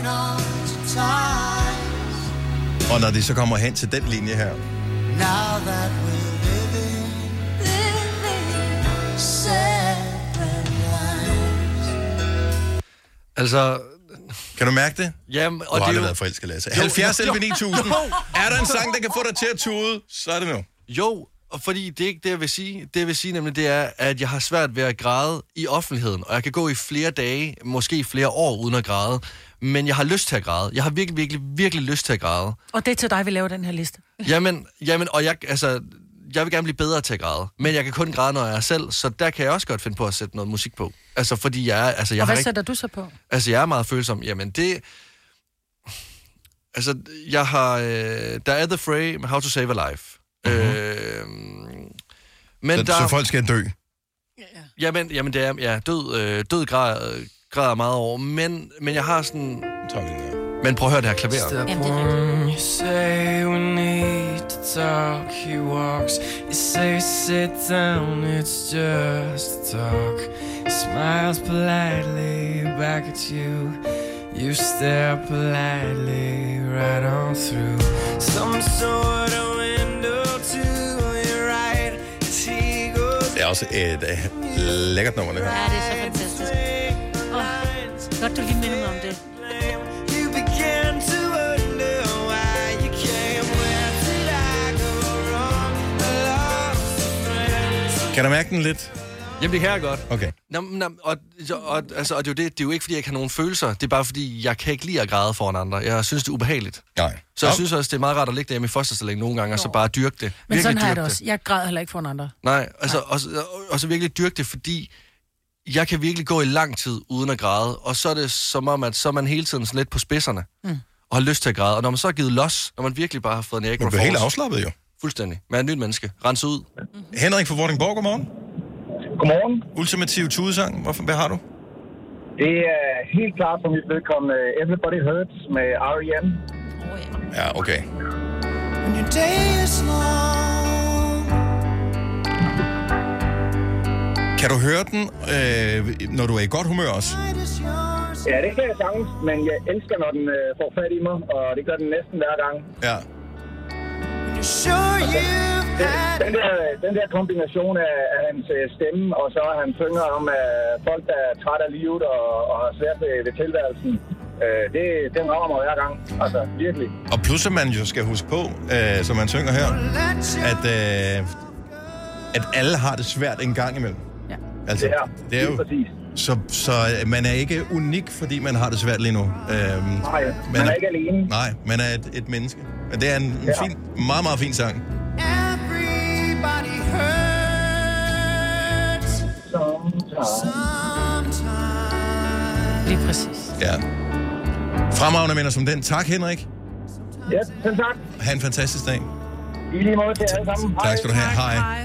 Og når de så kommer hen til den linje her. Now that we're living, living separate lives. Altså... Kan du mærke det? Jamen, og du har aldrig jo... været forelsket, Lasse. halvfjerds elleve ni tusind. Er der en sang, der kan få dig til at tude, så er det nu. Jo, og fordi det er ikke det, jeg vil sige. Det, jeg vil sige nemlig, det er, at jeg har svært ved at græde i offentligheden. Og jeg kan gå i flere dage, måske flere år, uden at græde. Men jeg har lyst til at græde. Jeg har virkelig, virkelig, virkelig lyst til at græde. Og det er til dig, vi laver den her liste. Jamen, jamen og jeg, altså, jeg vil gerne blive bedre til at græde. Men jeg kan kun græde, når jeg er selv. Så der kan jeg også godt finde på at sætte noget musik på. Altså, fordi jeg er... Altså, jeg og hvad har sætter ikke, du så på? Altså, jeg er meget følsom. Jamen, det... Altså, jeg har... Øh, der er The Fray med How to Save a Life. Mm-hmm. Øh, men så, der... så folk skal dø? Ja, ja. Jamen, jamen det er ja, død, øh, død grad, grad meget over, men, men jeg har sådan... Men prøv at høre det her klaver. Step one, you say we need to talk. He walks, you say sit down, it's just talk. He smiles politely back at you. You stare politely right on through some sort of window to your right. He goes. Det er også et uh, lækkert nummer, det her. Ja, det er så fantastisk. Oh, godt, du lige minder mig om det. Kan du mærke den lidt? Jamen, det kan jeg godt. Okay. Nå, nå, og, og, altså, og det, er jo det, det er jo ikke, fordi jeg ikke har nogen følelser. Det er bare, fordi jeg kan ikke lide at græde foran andre. Jeg synes, det er ubehageligt. Nej. Så jeg synes også, det er meget rart at ligge derhjemme i fosterstilling nogle gange, og så bare dyrke det. Men Virkelig sådan har jeg dyrke det også. Jeg græder heller ikke foran andre. Nej, altså, og, og, og så virkelig dyrke det, fordi jeg kan virkelig gå i lang tid uden at græde, og så er det som om, at så er man hele tiden sådan lidt på spidserne, mm. og har lyst til at græde. Og når man så er givet los, når man virkelig bare har fået en æg. Man bliver helt afslappet jo. Fuldstændig. Man er et nyt menneske. Rense ud. Mm. Henrik fra Vordingborg, godmorgen. Godmorgen. Ultimativ tudesang. Hvorfor, hvad har du? Det er helt klart for mit vedkommende Everybody Hurts med R E M. Ja, okay. When your day is long. Kan du høre den, øh, når du er i godt humør også? Ja, det kan jeg sagtens, men jeg elsker, når den øh, får fat i mig, og det gør den næsten hver gang. Ja. Sure altså, den, den, der, den der kombination af, af hans stemme, og så han synger om at folk, der er træt af livet og, og har svært ved, ved tilværelsen, øh, det, den rammer mig hver gang. Altså, virkelig. Og plus, at man jo skal huske på, øh, som man synger her, at, øh, at alle har det svært en gang imellem. Ja. Altså, det er, det er jo præcis. Så, så man er ikke unik, fordi man har det svært lige nu. Øhm, nej, man, man er ikke alene. Nej, man er et, et menneske. Men det er en, en ja. fin, meget, meget fin sang. Everybody hurts sometimes. Lige præcis. Ja. Fremragende minder som den. Tak, Henrik. Ja, selv tak. Ha' en fantastisk dag. I lige måde til alle sammen. Hej. Tak skal du have. Hej. Hej.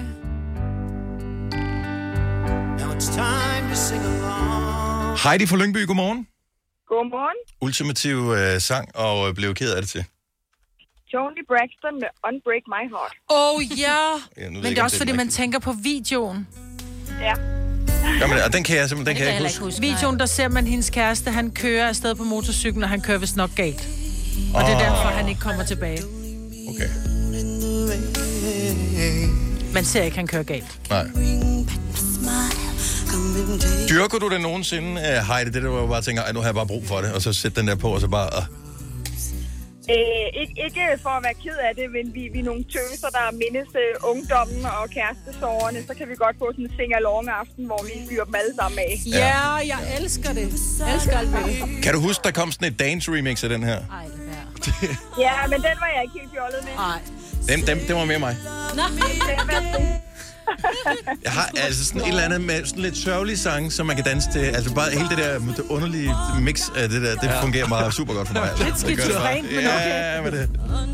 Heidi fra Lyngby, godmorgen. Godmorgen. Ultimativ øh, sang, og øh, blev ked af det til. Toni Braxton med Unbreak My Heart. Åh, oh, ja. ja Men det er også, fordi man tænker på videoen. Ja. Jamen, og den kan jeg simpelthen den kan jeg ikke huske. huske. Videoen, der ser man hendes kæreste, han kører afsted på motorcyklen, og han kører vist nok galt. Og oh. det er derfor, han ikke kommer tilbage. Okay. Man ser ikke, han kører galt. Nej. Dyrker du det nogensinde, Heidi, det der du bare tænker, at nu har jeg bare brug for det, og så sæt den der på, og så bare... Uh... Øh, ikke, ikke for at være ked af det, men vi, vi er nogle tøser, der mindes uh, ungdommen og kærestesårene, så kan vi godt få sådan en sing-along aften, hvor vi fyrer dem alle sammen af. Ja, ja, jeg elsker det. Jeg elsker alt med det. Kan du huske, der kom sådan et dance-remix af den her? Ej, ja, men den var jeg ikke helt fjollet med. Nej. Dem, dem, det var mere mig. Nå, jeg har altså sådan et eller andet med sådan lidt sørgelige sange, som man kan danse til. Altså bare hele det der det underlige mix af det der, det ja. fungerer meget super godt for mig. Altså. Lidt skizofrent, men okay. Ja, med det.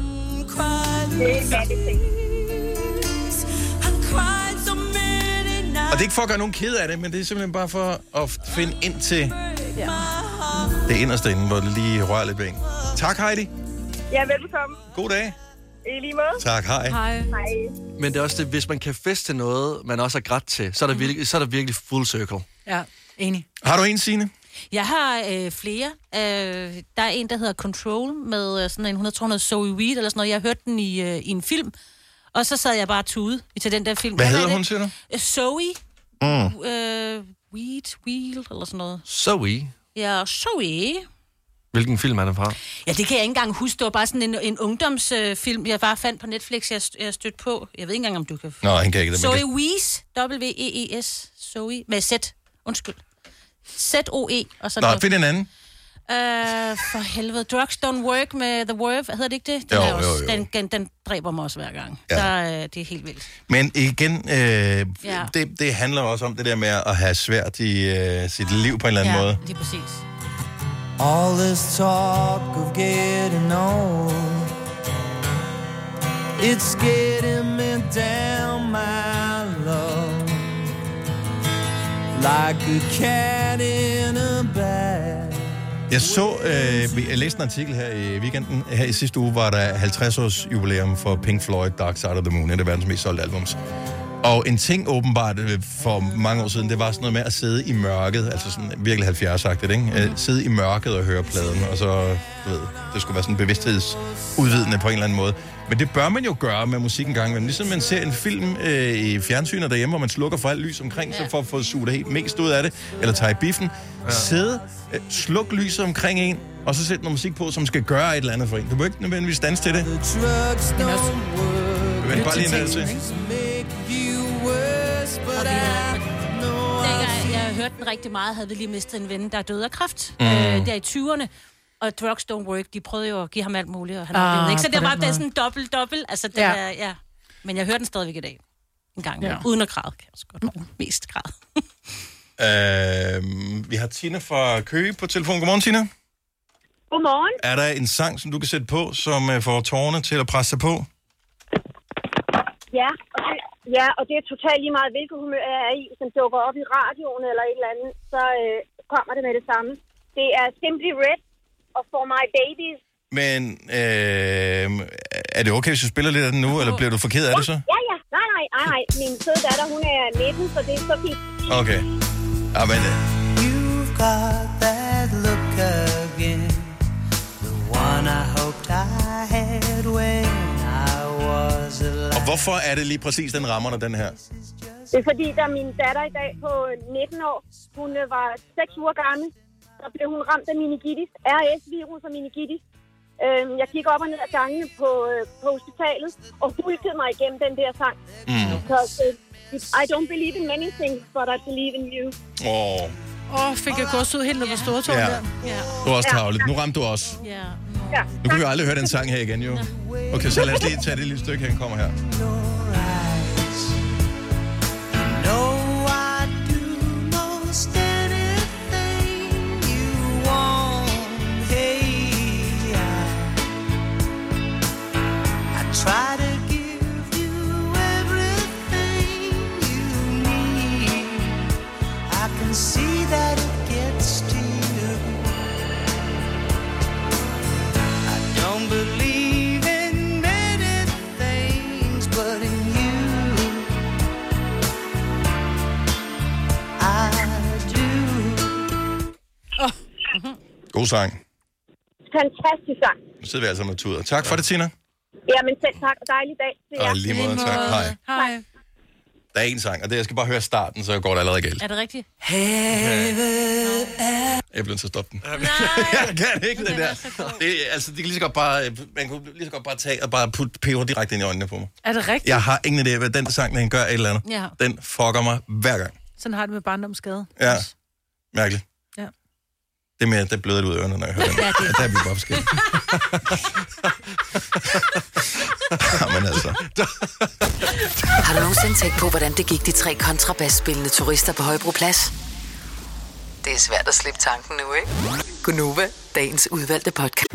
Og det er ikke for at gøre nogen ked af det, men det er simpelthen bare for at finde ind til ja. det inderste inde, hvor det lige rører lidt ved en. Tak, Heidi. Ja, velbekomme. God dag. I lige måde. Tak, hej. Hej. Hej. Men det er også det, hvis man kan feste noget, man også er grædt til, så er der virkelig, så er der virkelig full circle. Ja, enig. Har du en, Signe? Jeg har øh, flere. Øh, der er en, der hedder Control, med øh, sådan en, hun tror noget Zoe Weed, eller sådan noget. Jeg hørte den i, øh, i en film, og så sad jeg bare tude til den der film. Hvad hedder hun, siger du? Øh, Zoe. Mm. Øh, Weed, Wheel, eller sådan noget. Zoe? Ja, Zoe. Hvilken film er det fra? Ja, det kan jeg ikke engang huske. Det var bare sådan en, en ungdomsfilm, øh, jeg bare fandt på Netflix, jeg, jeg stødte på. Jeg ved ikke engang, om du kan... Nå, han kan ikke det. Zoe Wees, W E E S, Zoe, med Z, undskyld. Z O E og sådan Nå, noget. find en anden. Uh, for helvede. Drugs Don't Work med The Verve, hedder det ikke det? Den, jo, er også, jo, jo. Den, den, den dræber mig også hver gang. Ja. Der, uh, det er helt vildt. Men igen, øh, Ja. det, det handler også om det der med at have svært i øh, sit liv på en eller anden ja, måde. lige præcis. All this talk of getting old, it's getting me down, my love. like a cat in a bag. Jeg så, øh, jeg læste en artikel her i weekenden. Her i sidste uge var der halvtreds års jubilæum for Pink Floyd, Dark Side of the Moon, et af verdens mest solgte albums. Og en ting åbenbart for mange år siden, det var sådan noget med at sidde i mørket, altså sådan virkelig halvfjerds-agtigt, ikke? Mm-hmm. Sidde i mørket og høre pladen, og så, du ved, det skulle være sådan bevidsthedsudvidende på en eller anden måde. Men det bør man jo gøre med musik en gang, men ligesom man ser en film øh, i fjernsynet derhjemme, hvor man slukker for alt lys omkring sig, for at få suget helt mest ud af det, eller tager i biffen, ja. Sidde, øh, sluk lyset omkring en, og så sætte noget musik på, som skal gøre et eller andet for en. Du må ikke nødvendigvis danse til det. Men også... Men bare lige en til. Dengang jeg hørte den rigtig meget, havde vi lige mistet en ven, der døde af kræft. Mm. Øh, der i tyverne. Og drugs don't work. De prøvede jo at give ham alt muligt, og han ah, ikke. Så det var bare sådan dobbelt, dobbelt. Altså, det ja. Er, ja. Men jeg hører den stadigvæk i dag. En gang. Ja. Uden at græde, kan jeg også godt. Mest græde. øh, vi har Tina fra Køge på telefon. Godmorgen, Tina. Godmorgen. Er der en sang, som du kan sætte på, som uh, får tårerne til at presse sig på? Ja, og det, ja, og det er totalt lige meget, hvilket humør jeg er i. Hvis den dukker op i radioen eller et eller andet, så øh, kommer det med det samme. Det er Simply Red og For My Babies. Men øh, er det okay, hvis du spiller lidt af den nu, eller bliver du for ked af ja, det så? Ja, ja. Nej, nej, nej, nej. Min søde datter, hun er nitten, så det er så fint. Okay. Ja, men... You've got that look again. The one I hoped I had when I was alive. Og hvorfor er det lige præcis, den rammer dig, den her? Det er fordi, da min datter i dag på nitten år, hun var seks uger gammel, så blev hun ramt af meningitis, R S-virus og meningitis. Jeg gik op og ned ad gangene på, på hospitalet og hulkede mig igennem den der sang. Mm. Så I don't believe in many things, but I believe in you. Åh. Oh. Åh, oh, fik jeg gås ud helt ned på Stortårn ja. der. Ja. Du er også travligt. Nu ramte du også. Ja. Ja. Nu kan vi jo aldrig høre den sang her igen, jo. Okay, så lad os lige tage det lille stykke her, den kommer her. Try to give you everything you need. I can see that it gets to you. I don't believe in many things, but in you I do. Oh. God sang. Fantastisk sang. Nu sidder vi altså med tuder. Tak for det, Tina. Jamen selv tak, og dejlig dag til jer. Og lige måde, tak. Hej. Hej. Der er en sang, og det, jeg skal bare høre starten, så går det allerede galt. Er det rigtigt? Jeg bliver nødt til at stoppe den. Jeg kan ikke det der. Det, altså, de kan lige så godt bare, man kunne lige så godt bare tage og bare putte peber direkte ind i øjnene på mig. Er det rigtigt? Jeg har ingen idé, hvad den sang, den gør et eller andet. Ja. Den fucker mig hver gang. Sådan har det med barndomsskade. Ja, mærkeligt. Ja. Det er mere, det bløder ud af ørerne, når jeg hører den. Ja, det. Ja, der er vi bare forskellige. Jamen altså. Har du nogensinde tænkt på, hvordan det gik de tre kontrabasspillende turister på Højbroplads? Det er svært at slippe tanken nu, ikke? Gunova, dagens udvalgte podcast.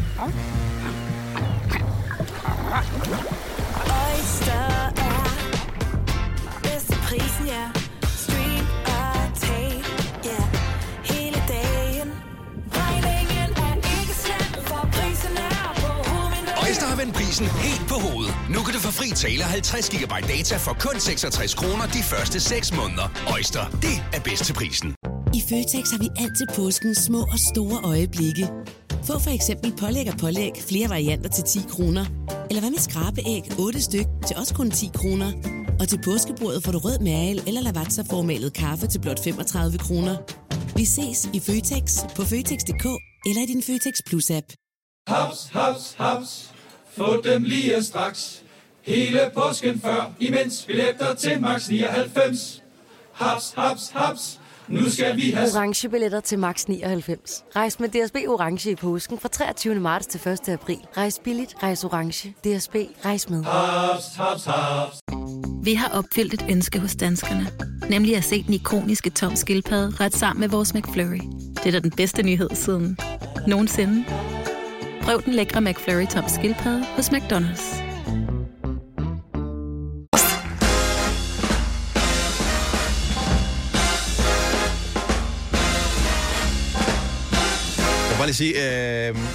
Oyster er bedst til prisen, ja. Stream og tag, ja. Hele dagen. Regningen er ikke slem, for prisen er på hovedet. Oyster har vendt prisen helt på hovedet. Nu kan du få fri tale halvtreds gigabyte data for kun seksogtres kroner de første seks måneder. Oyster, det er bedst til prisen. I Føtex har vi altid påsken små og store øjeblikke. Få for eksempel pålæg og pålæg flere varianter til ti kroner. Eller hvad med skrabeæg otte styk til også kun ti kroner. Og til påskebordet får du rød mal eller lavatserformalet kaffe til blot femogtredive kroner. Vi ses i Føtex på Føtex punktum d k eller i din Føtex Plus-app. Haps, haps, haps. Få dem lige straks. Hele påsken før, imens billetter til max nioghalvfems. Haps, haps, haps. Nu skal vi have orange billetter til max nioghalvfems. Rejs med D S B orange i påsken fra treogtyvende marts til første april. Rejs billigt, rejs orange. D S B, rejs med. haps, haps, haps. Vi har opfyldt et ønske hos danskerne. Nemlig at se den ikoniske Tom Skildpadde ret sammen med vores McFlurry. Det er da den bedste nyhed siden nogensinde. Prøv den lækre McFlurry Tom Skildpadde hos McDonald's. bare lige sige, øh,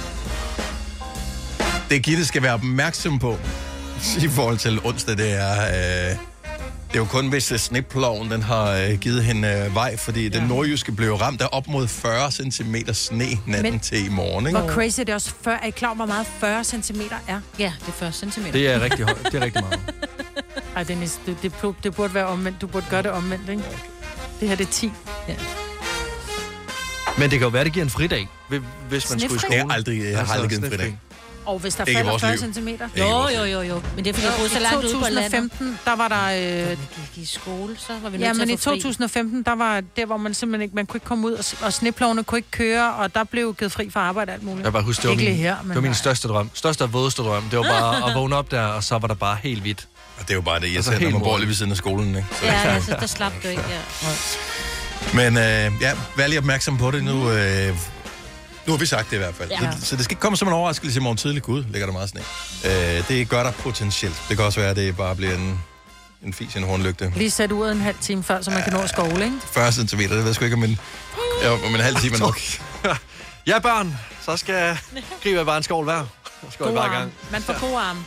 det Gitte skal være opmærksom på i forhold til onsdag, det er... Øh, det er jo kun, hvis sneploven den har øh, givet hende øh, vej, fordi ja. Den nordjyske blev ramt af op mod fyrre centimeter sne natten Men, til i morgen. Ikke? Hvor crazy det er også. fyrre, er I klar, hvor meget fyrre centimeter er? Ja, det er fyrre centimeter. Det er rigtig højt. Det er rigtig meget. Ej, Dennis, det, det, det burde være omvendt. Du burde gøre det omvendt, ikke? Det her, det er ti. Ja. Men det kan jo være, det giver en fridag, hvis man skulle i skole. Jeg har aldrig, jeg har aldrig givet en fridag. Og hvis der Ikke falder fyrre liv. centimeter. Jo, jo, jo, jo. Men det er fordi, jeg boede så langt ude på landet. I to tusind og femten, der var der... Øh... I skole, så var vi nødt Ja, til men i at få fri. to tusind og femten, der var der, hvor man simpelthen ikke... Man kunne ikke komme ud, og, og sneplovene kunne ikke køre, og der blev givet fri for arbejde og alt muligt. Jeg bare huske, det var Ikke min, lige her, men det var min nej. største drøm. Største og vådeste drøm. Det var bare at vågne op der, og så var der bare helt hvidt. Og det er jo bare det, jeg Altså, siger, når helt man bor mor. lige ved siden af skolen. Ikke? Så Ja, det er altså, der slap du ikke, ja. Men øh, ja, vær lige opmærksom på det nu. Øh, nu har vi sagt det i hvert fald. Ja. Ja. Så, så det skal ikke komme som en overraskelse i morgen tidlig. Gud, ligger der meget sne. Øh, det gør der potentielt. Det kan også være, at det bare bliver en, en fis i en hornlygte. Lige sæt uret en halv time før, så man kan nå skole, ikke? fyrre centimeter, det ved jeg sgu ikke, om en, ja, om en halv time er nok. Ja, børn, så skal gribe jeg bare en skål hver. Så skal jeg bare i gang. Man får gode arme.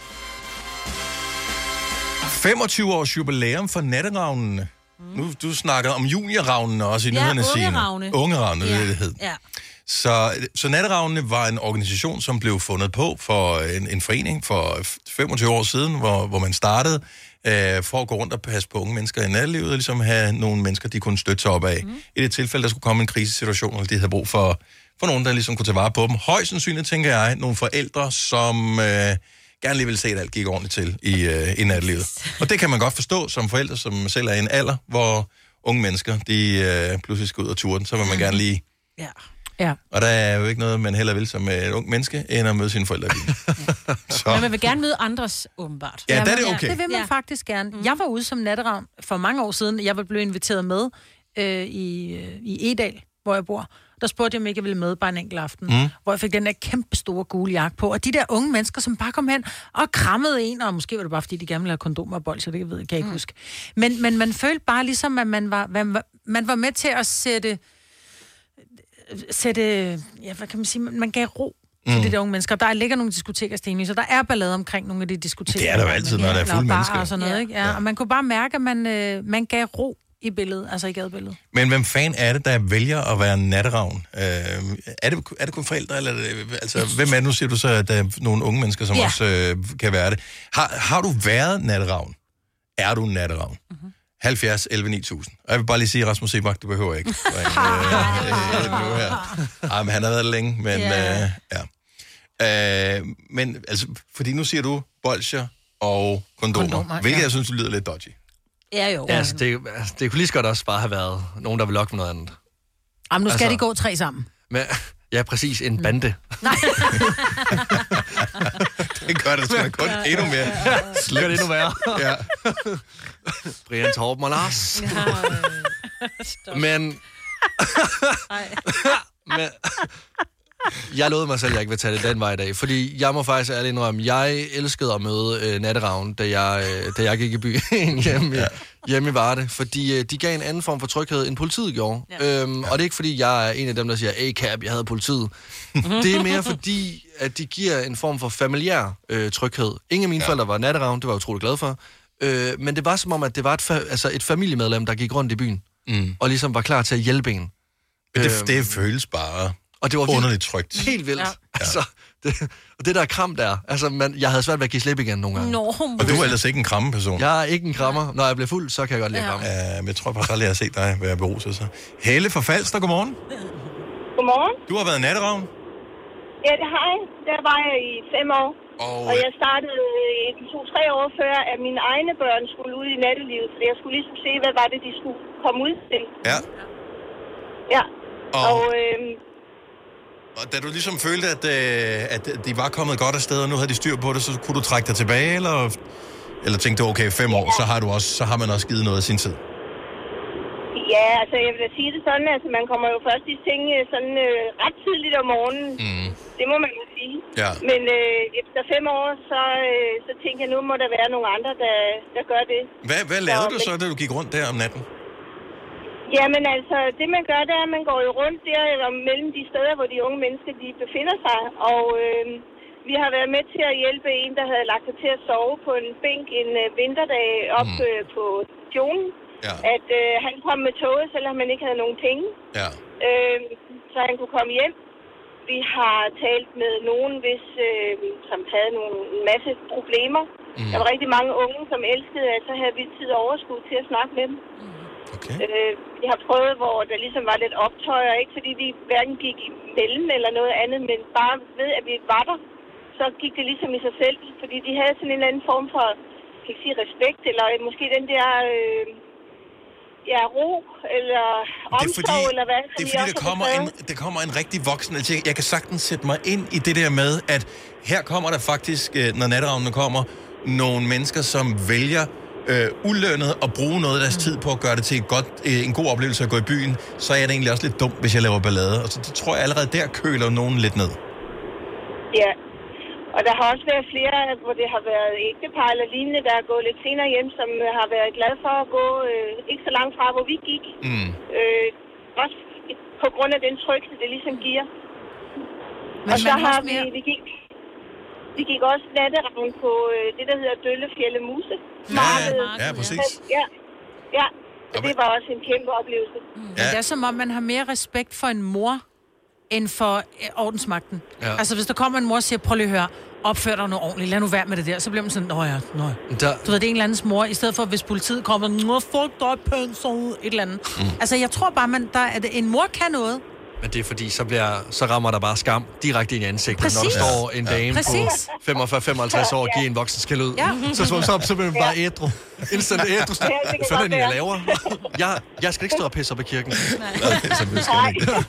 femogtyve års jubilæum for Natteravnene. Mm. Nu, du snakker om juniorravnene også i Ja, nyhederne, Signe. ungeravne. Ungeravne, Ja. det det hed. Ja. Så, så Natteravnene var en organisation, som blev fundet på for en, en forening for femogtyve år siden, hvor, hvor man startede øh, for at gå rundt og passe på unge mennesker i nattelivet, og ligesom have nogle mennesker, de kunne støtte sig op af. Mm. I det tilfælde, der skulle komme en krisesituation, og de havde brug for, for nogen, der ligesom kunne tage vare på dem. Højst sandsynligt, tænker jeg, nogle forældre, som øh, gerne lige ville se, at alt gik ordentligt til i, øh, i nattelivet. Og det kan man godt forstå som forældre, som selv er i en alder, hvor unge mennesker, de øh, pludselig skal ud af turen, så vil man gerne lige... Ja. Ja. Og der er jo ikke noget, man heller vil som et ung menneske, end at møde sine forældre. Så. Men man vil gerne møde andres, åbenbart. Ja, der er det okay. Det vil man Ja. faktisk gerne. Mm. Jeg var ude som natteravn for mange år siden. Jeg var blevet inviteret med øh, i, øh, i Edal, hvor jeg bor. Der spurgte jeg, om ikke jeg ville med bare en enkelt aften. Mm. Hvor jeg fik den der kæmpe store gule jakke på. Og de der unge mennesker, som bare kom hen og krammede en, og måske var det bare, fordi de gerne ville have kondomer og bolsjer, det ved jeg, kan jeg ikke mm. huske. Men, men man følte bare ligesom, at man var, man var, man var med til at sætte... sætte, ja, hvad kan man sige, man gav ro til mm. de der unge mennesker. Der ligger nogle diskoteker, Stine, så der er ballade omkring nogle af de diskoteker. Det er der jo altid, når der er fulde mennesker. Og sådan noget, ikke? Ja, ja. Og man kunne bare mærke, at man, øh, man gav ro i billedet, altså i gadebilledet. Men hvem fan er det, der vælger at være natteravn? Øh, er, det, er det kun forældre, eller er det, altså, hvem er det? Nu siger du så, at der er nogle unge mennesker, som ja. også øh, kan være det. Har, har du været natteravn? Er du natteravn? Mm-hmm. halvfjerds elleve ni tusind. Og jeg vil bare lige sige, Rasmus Sebak, du behøver ikke. øh, øh, nu her. Ej, men han har været det længe, men yeah. øh, ja. Øh, men altså, fordi nu siger du bolsjer og kondomer, kondomer hvilket ja. jeg synes lyder lidt dodgy. Ja, jo. Ja, altså, det, altså, det kunne lige så godt også bare have været nogen, der vil lokke med noget andet. Jamen, nu skal altså, de gå tre sammen. Men, ja, præcis. En bande. Nej. Det gør det sgu da kun endnu mere slemt. Gør det endnu værre. Ja. Brian Torben og Lars. Men... Men... Jeg lovede mig selv, at jeg ikke vil tage det den vej i dag, fordi jeg må faktisk ærligt indrømme, jeg elskede at møde øh, Natteravn, da jeg, øh, da jeg gik i byen hjemme, ja. hjemme i Varde, fordi øh, de gav en anden form for tryghed, end politiet gjorde. Ja. Øhm, og det er ikke, fordi jeg er en af dem, der siger, A C A B, jeg havde politiet. Det er mere fordi, at de giver en form for familiær øh, tryghed. Ingen af mine ja. forældre var Natteravn, det var jeg utrolig glad for. Øh, men det var som om, at det var et, fa- altså et familiemedlem, der gik rundt i byen, mm. og ligesom var klar til at hjælpe en. Men det, det føles bare... Og det var underligt trygt. Helt vildt. Ja. Altså, det, og det der kram der, altså man, jeg havde svært ved at give slip igen nogle gange. No, og du er ellers ikke en krammeperson. Jeg er ikke en krammer. Når jeg bliver fuld, så kan jeg godt lide ja. kramme. Ja, men jeg tror faktisk aldrig, jeg har set dig være beruset sig. Helle fra Falster, godmorgen. Godmorgen. Du har været natteravn? Ja, det har jeg. Der var jeg i fem år. Og, og jeg startede i to-tre år før, at mine egne børn skulle ud i nattelivet. Så jeg skulle ligesom se, hvad var det, de skulle komme ud til. Ja. Ja. Og... og øhm, Og da du ligesom følte, at, øh, at de var kommet godt afsted, og nu havde de styr på det, så kunne du trække dig tilbage, eller, eller tænkte du, okay, fem år, så har, du også, så har man også givet noget af sin tid? Ja, altså jeg vil da sige det sådan, altså man kommer jo først i seng sådan øh, ret tidligt om morgenen. Mm. Det må man jo sige. Ja. Men øh, efter fem år, så, øh, så tænker jeg, nu må der være nogle andre, der, der gør det. Hvad, hvad lavede så, du så, da du gik rundt der om natten? Jamen altså, det man gør, det er, at man går jo rundt der eller mellem de steder, hvor de unge mennesker de befinder sig. Og øh, vi har været med til at hjælpe en, der havde lagt sig til at sove på en bænk en øh, vinterdag op mm. øh, på stationen. Ja. At øh, han kom med toget, selvom han ikke havde nogen penge. Ja. Øh, så han kunne komme hjem. Vi har talt med nogen, hvis, øh, som havde nogle, en masse problemer. Mm. Der var rigtig mange unge, som elskede, at så havde vi tid og overskud til at snakke med dem. Okay. Øh, vi har prøvet, hvor der ligesom var lidt optøjer, ikke fordi vi hverken gik imellem eller noget andet, men bare ved, at vi var der, så gik det ligesom i sig selv. Fordi de havde sådan en eller anden form for, kan jeg sige, respekt, eller måske den der... Øh, Ja, ro, eller omsorg, eller hvad. Det er fordi, der kommer, en, der kommer en rigtig voksen. Altså, jeg, jeg kan sagtens sætte mig ind i det der med, at her kommer der faktisk, når natteravnene kommer, nogle mennesker, som vælger øh, ulønnet at bruge noget af deres tid på at gøre det til et godt, øh, en god oplevelse at gå i byen, så er det egentlig også lidt dumt, hvis jeg laver ballade. Og så det tror jeg allerede der køler nogen lidt ned. Ja. Og der har også været flere, hvor det har været ægtepar eller lignende, der er gået lidt senere hjem, som har været glade for at gå øh, ikke så langt fra, hvor vi gik. Mm. Øh, også på grund af den tryghed, det ligesom giver. Men og så har vi, mere... vi, gik, vi gik også natteravn på øh, det, der hedder Døllefjælde Muse. Ja, ja, ja, præcis. Ja, ja. Og det var også en kæmpe oplevelse. Mm. Ja. Men det er som om, man har mere respekt for en mor, end for øh, ordensmagten. Ja. Altså, hvis der kommer en mor og siger, prøv lige at høre, opfør dig nu ordentligt, lad nu være med det der, så bliver man sådan, nå ja, nå ja. Der... Du ved, det er en eller andens mor, i stedet for, hvis politiet kommer, nå, fuck dig, pønser, et eller andet. Mm. Altså, jeg tror bare, man, der, at en mor kan noget. Men det er fordi, så, bliver, så rammer der bare skam direkte ind i ansigtet, præcis. Når der står en dame ja. på femogfyrre til femoghalvtreds år og giver en voksen skæld ud. Ja. Så, så, så, så bliver man bare ædru. Instant ædru. Hvad fanden er det, jeg laver? jeg, jeg skal ikke stå og pisse op i kirken. Nej. Nej.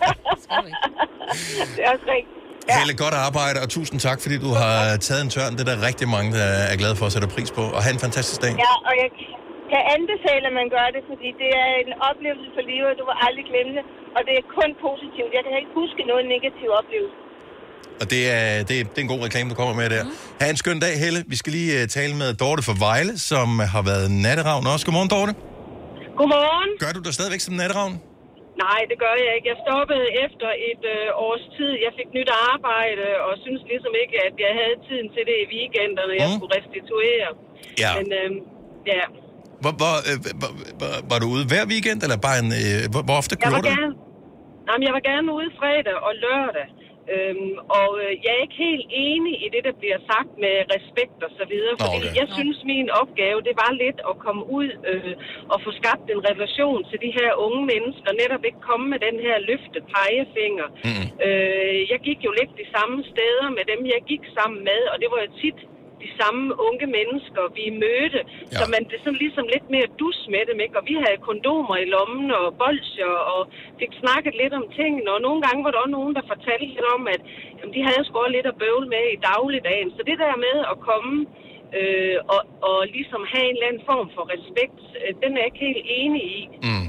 Det er også rigtigt. Ja. Helle, godt arbejde, og tusind tak, fordi du har taget en tørn. Det er der rigtig mange, der er glade for at sætte pris på. Og have en fantastisk dag. Ja, og jeg kan anbefale, at man gør det, fordi det er en oplevelse for livet, og du vil aldrig glemme det. Og det er kun positivt. Jeg kan ikke huske noget negativ oplevelse. Og det er, det, er, det er en god reklame, du kommer med der. Mm. Ha' en skøn dag, Helle. Vi skal lige uh, tale med Dorte fra Vejle, som har været natteravn også. Godmorgen, Dorte. Godmorgen. Gør du dig stadigvæk som natteravn? Nej, det gør jeg ikke. Jeg stoppede efter et øh, års tid. Jeg fik nyt arbejde, og synes ligesom ikke, at jeg havde tiden til det i weekenderne, jeg mm. skulle restituere. Ja. Men, øh, ja. Hvor, hvor, øh, var, var, var du ude hver weekend, eller bare en... Øh, hvor, hvor ofte gjorde du gerne, nej, jeg var gerne ude fredag og lørdag. Øhm, og øh, jeg er ikke helt enig i det, der bliver sagt med respekt og så videre, fordi okay. jeg synes, min opgave, det var lidt at komme ud øh, og få skabt en relation til de her unge mennesker, netop ikke komme med den her løfte pegefinger. Mm. Øh, jeg gik jo lidt de samme steder med dem, jeg gik sammen med, og det var jo tit de samme unge mennesker, vi mødte, ja. Så man blev sådan ligesom lidt mere dus med dem, ikke? Og vi havde kondomer i lommen og bolsjer, og fik snakket lidt om tingene, og nogle gange var der også nogen, der fortalte lidt om, at jamen, de havde sgu lidt at bøvle med i dagligdagen. Så det der med at komme øh, og, og ligesom have en eller anden form for respekt, øh, den er jeg ikke helt enig i. Mm.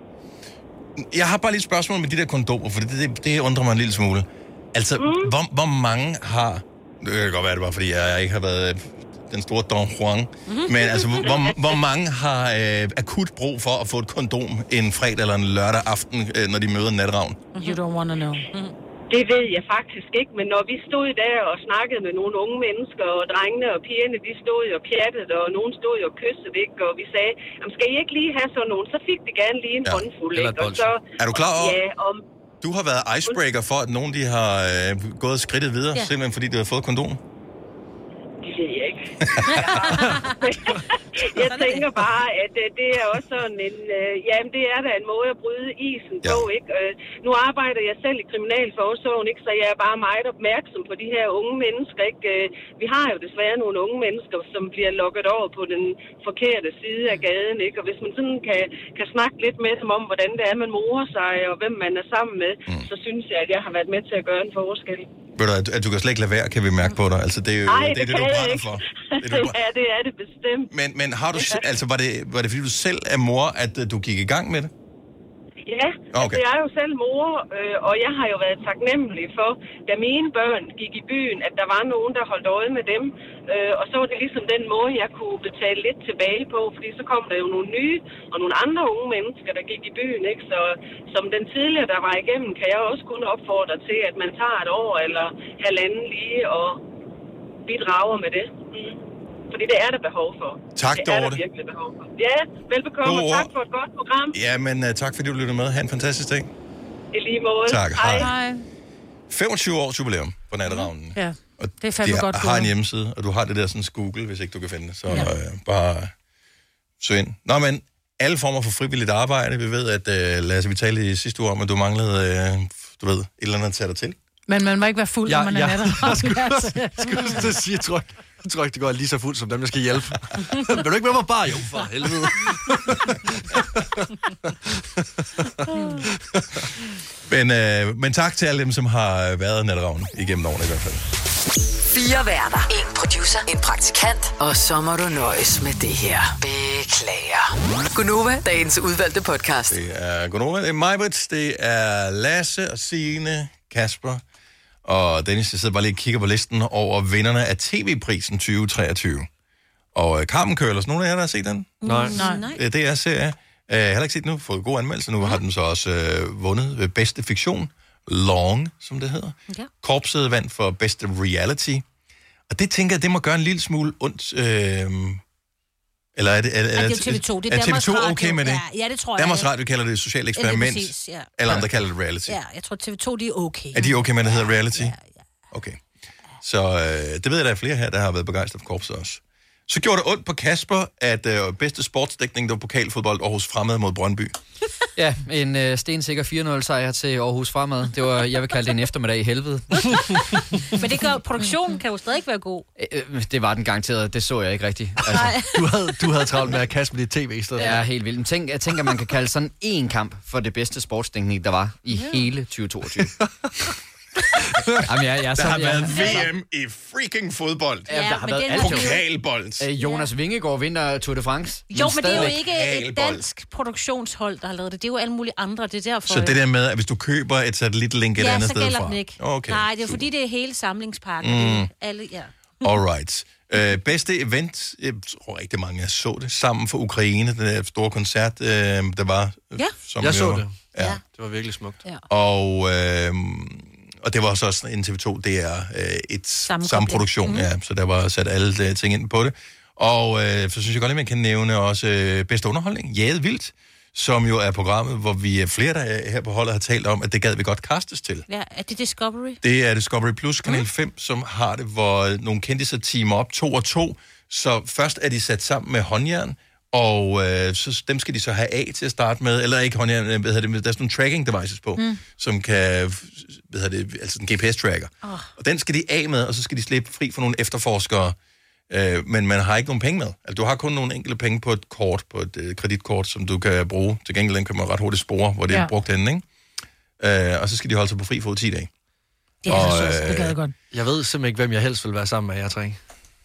Jeg har bare lige et spørgsmål med de der kondomer, for det, det, det undrer mig en lille smule. Altså, mm. hvor, hvor mange har... Det kan godt være, det var, fordi jeg ikke har været den store Don Juan. Mm-hmm. Men altså, hvor, hvor mange har øh, akut brug for at få et kondom en fredag eller en lørdag aften, øh, når de møder en natteravn? You don't wanna know. Mm. Det ved jeg faktisk ikke, men når vi stod der og snakkede med nogle unge mennesker, og drengene og pigerne, de stod og pjattede, og nogen stod og kyssede, ikke? Og vi sagde, skal I ikke lige have sådan nogen? Så fik de gerne lige en ja, håndfuld, ikke? Og så, er du klar over? Ja, om... Du har været icebreaker for, at nogen de har øh, gået skridtet videre, ja. Simpelthen fordi de har fået kondom? Det ved jeg ikke. Jeg tænker bare, at uh, det er også sådan en... Uh, jamen, det er da en måde at bryde isen ja. På, ikke? Uh, nu arbejder jeg selv i kriminalforsorgen, ikke? Så jeg er bare meget opmærksom på de her unge mennesker, ikke? Uh, vi har jo desværre nogle unge mennesker, som bliver lukket over på den forkerte side af gaden, ikke? Og hvis man sådan kan, kan snakke lidt med dem om, hvordan det er, man morer sig, og hvem man er sammen med, mm. så synes jeg, at jeg har været med til at gøre en forskel. Ved du, at du kan slet ikke lade være, kan vi mærke på dig. Altså, det er jo Ej, det, det, det, du brænder for. Det, det, du... ja, det er det bestemt. Men, men har du, altså, var det, var det fordi du selv er mor, at du gik i gang med det? Ja, okay. altså jeg er jo selv mor, øh, og jeg har jo været taknemmelig for, da mine børn gik i byen, at der var nogen, der holdt øje med dem. Øh, og så var det ligesom den måde, jeg kunne betale lidt tilbage på, fordi så kom der jo nogle nye og nogle andre unge mennesker, der gik i byen, ikke? Så som den tidligere, der var igennem, kan jeg også kun opfordre til, at man tager et år eller halvanden lige og bidrager med det. Mm. Fordi det er der behov for. Tak, det er Dorte. der virkelig behov for. Ja, velbekomme, og tak for et godt program. Ja, men uh, tak fordi du lyttede med. Ha' en fantastisk dag. I lige måde. Tak, hej. Hej. femogtyve års jubilæum på Natteravnen. Ja, og det er fandme de godt har gået. en hjemmeside, og du har det der sådan Google, hvis ikke du kan finde det. Så Ja. øh, bare søg ind. Nå, men alle former for frivilligt arbejde. Vi ved, at uh, Lasse, vi talte i sidste uge om, at du manglede, uh, du ved, et eller andet at tage dig til. Men man må ikke være fuld, Ja, når man er ja. natter. Jeg skulle, skulle til at sige, jeg tror, jeg tror ikke, det går lige så fuldt som dem, jeg skal hjælpe. Vil du ikke med mig bare? Jo, for helvede. men, øh, men tak til alle dem, som har været Natteravnen igennem årene i hvert fald. Fire værter. En producer. En praktikant. Og så må du nøjes med det her. Beklager. Gunova, dagens udvalgte podcast. Det er Gunova, det er Majbrit, det er Lasse og Signe, Kasper og Dennis. Jeg sidder bare lige og kigger på listen over vinderne af T V-prisen tyve treogtyve. Og øh, Carmen Køller, nogen af jer, der har set den? Nej. Nej. Øh, Det er serie. Jeg har heller ikke set den nu, fået god anmeldelse. Nu har den så også øh, vundet ved bedste fiktion. Long, som det hedder. Ja. Korpset vandt for bedste reality. Og det tænker jeg, det må gøre en lille smule ondt. Øh, eller er det... Er, Ja, det er T V to. Det er er T V Danmarks to Radio. okay med det? Ja, ja, det tror jeg. Danmarks Radio kalder det et socialt eksperiment. præcis, ja. Eller andre kalder det reality. Ja, jeg tror T V to, de er okay. Er de okay med, at det hedder reality? Ja, ja. Okay. Så øh, det ved jeg, der er flere her, der har været begejstret for korpset også. Så gjorde det ondt på Kasper, at øh, bedste sportsdækning, der var pokalfodbold Aarhus Fremad mod Brøndby. Ja, en øh, stensikker fire nul sejr til Aarhus Fremad. Det var, jeg vil kalde det en eftermiddag i helvede. Men det gør, produktionen kan jo stadig være god. Øh, det var den garanteret, det så jeg ikke rigtigt. Altså, du, havde, du havde travlt med at kaste med dit tv i stedet. Ja, helt vildt. Men tænk, jeg tænker, man kan kalde sådan en kamp for det bedste sportsdækning, der var i ja. hele tyve toogtyve. Jamen, jeg, jeg, Der så, har jeg, været V M i freaking fodbold. Ja, der har været alt. Pokalbold. Øh, Jonas Vingegaard vinder Tour de France. Jo, men det er jo stadigvæk. ikke et dansk produktionshold, der har lavet det. Det er jo alle mulige andre, det er derfor. Så det der med, at hvis du køber et satellitlink et ja, andet så sted gælder fra. den ikke. Okay. Nej, det er fordi, det er hele samlingspakken. Mm. Det er alle, ja. Alright. Øh, bedste event, jeg tror rigtig mange jeg så det, Sammen for Ukraine, den der store koncert, øh, der var. Ja, som jeg så jo- det. Ja. Det var virkelig smukt. Ja. Og, øh, og det var så også en T V to, det er øh, et Sammenkobling. samme produktion, Mhm. ja, så der var sat alle de ting ind på det. Og øh, så synes jeg godt, at man kan nævne også øh, bedste underholdning, Jaget Vildt, som jo er programmet, hvor vi er flere, der er her på holdet har talt om, at det gad vi godt castes til. Ja, er det Discovery? Det er Discovery Plus, Kanal mm. fem, som har det, hvor nogle kendte teamer op, to og to. Så først er de sat sammen med håndjern, og øh, så, dem skal de så have af til at starte med, eller ikke håndjern, hvad hedder det, der er sådan nogle tracking devices på, mm. som kan, hvad hedder det, altså en G P S-tracker. Oh. Og den skal de af med, og så skal de slippe fri for nogle efterforskere, øh, men man har ikke nogen penge med. Altså, du har kun nogle enkelte penge på et kort, på et øh, kreditkort, som du kan bruge. Til gengæld den kan man ret hurtigt spore, hvor det Ja. er brugt henne, ikke? Øh, og så skal de holde sig på fri fod ti dage. Det er Og, altså så, det gad jeg øh, godt. Jeg ved simpelthen ikke, hvem jeg helst vil være sammen med, jer tre.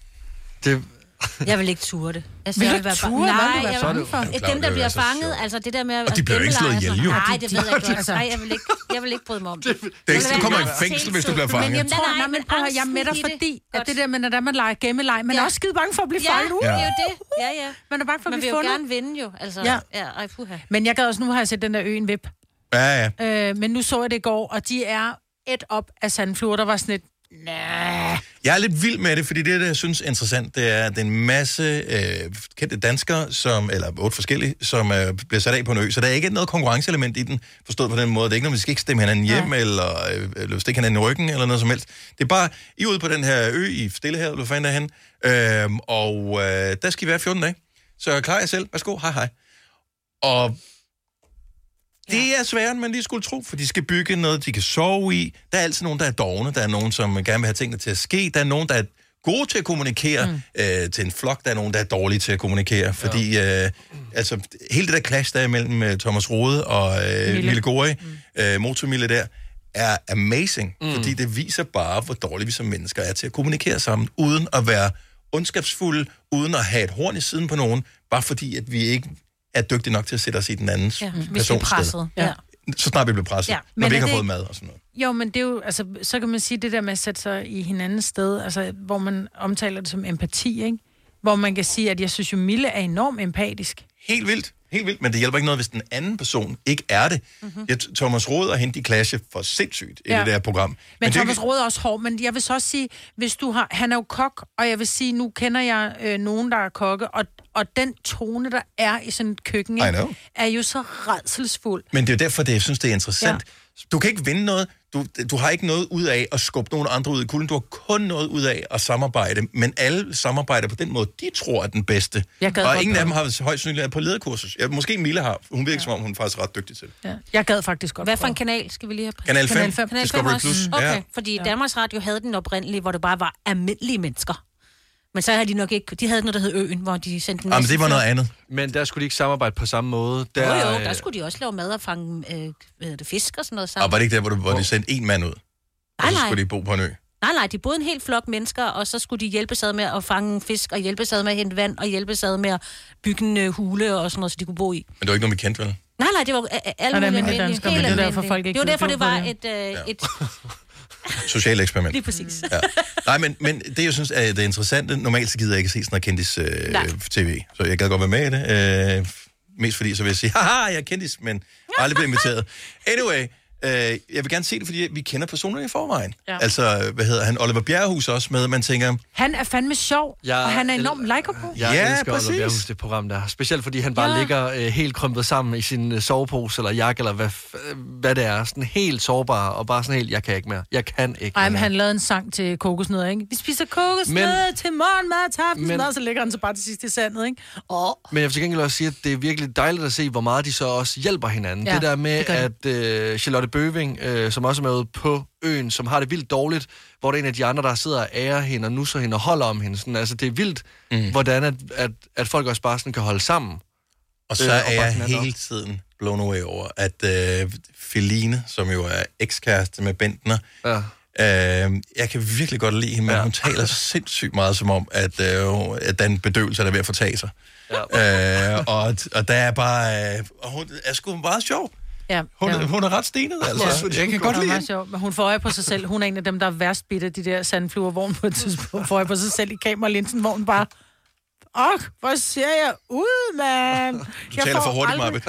Det... Jeg vil ikke ture det. Altså, Vil jeg du vil være ikke ba- ture? Hvad Nej, vil du være jeg bange vil... for? Er du klar, Dem, der det vil bliver være så fanget, sjovt? altså det der med at Og de bliver jo ikke slået ihjel, jo. Nej, det ved jeg De- godt. Nej, jeg vil ikke, jeg vil ikke bryde mig om det. Det er ikke, Jeg vil du kommer i være fængsel, hvis du bliver Men fanget. jeg tror, Nej, nej, nej, men men prøv at høre, jeg er med dig, angsten i det. fordi at det der med, når man leger gemmeleg, man er Ja. også skide bange for at blive Ja, fanget. det er jo det. Ja, ja. Man er bange for at Man vil blive jo fundet. gerne vinde jo. Altså, Ja. ja, ej, puha. Men jeg gad også, nu har jeg set den der øen Vip. Ja, ja. Øh, men nu så jeg det i går, og de er et op af Sandflur, der var sådan et... Næh. Jeg er lidt vild med det, fordi det, der jeg synes er interessant, det er, at det er en masse øh, kendte danskere, som, eller otte forskellige, som øh, bliver sat af på en ø. Så der er ikke noget konkurrenceelement i den, forstået på den måde. Det er ikke noget, vi skal ikke stemme hinanden hjem, ja. eller, øh, eller stikke hinanden i ryggen, eller noget som helst. Det er bare, I er ude på den her ø i Stillehavet, eller hvad fanden er hen, øh, og øh, der skal I være fjorten dage. Så klar jer selv. Værsgo, hej hej. Og det er sværere, end man lige skulle tro, for de skal bygge noget, de kan sove i. Der er altid nogen, der er dovne. Der er nogen, som gerne vil have tingene til at ske. Der er nogen, der er gode til at kommunikere mm. øh, til en flok. Der er nogen, der er dårlige til at kommunikere. Fordi øh, altså, hele det der clash, der er mellem uh, Thomas Rode og øh, Mille. Mille Gori, mm. øh, Motormille der, er amazing. Mm. Fordi det viser bare, hvor dårlige vi som mennesker er til at kommunikere sammen, uden at være ondskabsfulde, uden at have et horn i siden på nogen, bare fordi, at vi ikke er dygtige nok til at sætte os i den andens Ja, hvis vi er persons sted. presset. Ja. Så snart vi bliver presset, Ja, når men vi er ikke har det fået ikke- mad og sådan noget. Jo, men det er jo, altså, så kan man sige det der med at sætte sig i hinandens sted, altså, hvor man omtaler det som empati, ikke? Hvor man kan sige, at jeg synes jo, Mille er enormt empatisk. Helt vildt. Helt vildt, men det hjælper ikke noget, hvis den anden person ikke er det. Mm-hmm. Jeg, Thomas Rode og hende, de clashe for sindssygt i Ja. det der program. Men, det men er Thomas ikke- Rode er også hård, men jeg vil så også sige, hvis du har, han er jo kok, og jeg vil sige, nu kender jeg øh, nogen, der er kokke, og, og den tone, der er i sådan et køkken, I ikke, know. er jo så rædselsfuld. Men det er jo derfor, det, jeg synes, det er interessant. Ja. Du kan ikke vinde noget. Du, du har ikke noget ud af at skubbe nogen andre ud i kulden. Du har kun noget ud af at samarbejde. Men alle samarbejder på den måde, de tror er den bedste. Jeg gad Og godt ingen af prøve. dem har højst sandsynligt været på lederkursus. Ja, måske Mille har. Hun virker som om, hun er faktisk ret dygtig til det. Ja. Jeg gad faktisk godt Hvad for prøve. en kanal skal vi lige have? Kanal fem. Kanal fem Discovery også? Plus, Okay, ja. fordi Danmarks Radio havde den oprindelige, hvor det bare var almindelige mennesker. Men så havde de nok ikke... De havde noget, der hed Øen, hvor de sendte en Jamen, masse det var noget før. andet. Men der skulle de ikke samarbejde på samme måde. Jo, Der, jo, øh, der skulle de også lave mad og fange øh, hvad hedder det, fisk og sådan noget Og sammen. var det ikke der, hvor, du, hvor de sendte en mand ud? Og Nej, så nej. skulle de bo på en ø. Nej, nej, de boede en helt flok mennesker, og så skulle de hjælpes ad med at fange fisk, og hjælpes ad med at hente vand, og hjælpes ad med at bygge en øh, hule og sådan noget, så de kunne bo i. Men det var ikke noget, vi kendte, vel? Nej, nej, det var øh, alle Og det er mulige almindelige danskere, men det er helt derfor, folk ikke Det var derfor, gider det glo var på et, øh, et... Socialt eksperiment. Lige præcis. Ja. Nej, men, men det, jeg synes er det interessante, normalt så gider jeg ikke se sådan noget kendis øh, Nej. tv, så jeg gad godt være med i det. Øh, mest fordi, så vil jeg sige, haha, jeg er kendis, men aldrig blevet inviteret. Anyway, øh, jeg vil gerne se det, fordi vi kender personerne i forvejen. Ja. Altså, hvad hedder han? Oliver Bjerrehus også med, man tænker, Han er fandme sjov, Jeg og han er enormt likeable. Jeg Ja, elsker præcis. Oliver Bjerrehus, det program der. Specielt fordi han bare Ja. ja. ligger øh, helt krympet sammen i sin øh, sovepose eller jakke, eller hvad, f- øh, hvad det er. Sådan helt sårbar, og bare sådan helt, jeg kan ikke mere. Jeg kan ikke Ej, men mere. han lavede en sang til kokosnødder, ikke? Vi spiser kokosnødder Men- til morgenmad, til aftensmad, Men- så ligger han så bare til sidst i sandet, ikke? Åh. Men jeg vil til gengæld også sige, at det er virkelig dejligt at se, hvor meget de så også hjælper hinanden. Ja, Ja, det der med, det gør de. at øh, Charlotte Bøving, øh, som også er med ude på øen, som har det vildt dårligt, hvor der er en af de andre, der sidder og ærer hende og nusser hende og holder om hende. Sådan, altså, det er vildt, mm. hvordan at, at, at folk også bare sådan kan holde sammen. og så Øh, er og bakke jeg hinanden op. hele tiden blown away over, at øh, Feline, som jo er ekskæreste med Bentner, Ja. Øh, jeg kan virkelig godt lide hende, men ja. hun taler sindssygt meget som om, at, øh, at den bedøvelse er der ved at fortage sig. Ja. Øh, og, og der er bare... Øh, og hun er sgu meget sjov. Ja, Hun, ja. hun er ret stenet, altså. Ja. Jeg kan godt Det er lide meget hende. sjovt, men hun får øje på sig selv. Hun er en af dem, der er værst bitte af de der sandfluer, hvor hun på et tidspunkt får øje på sig selv i kameralinsen, hvor hun bare... Åh, hvor ser jeg ud, mand? Du taler for hurtigt, Marbet.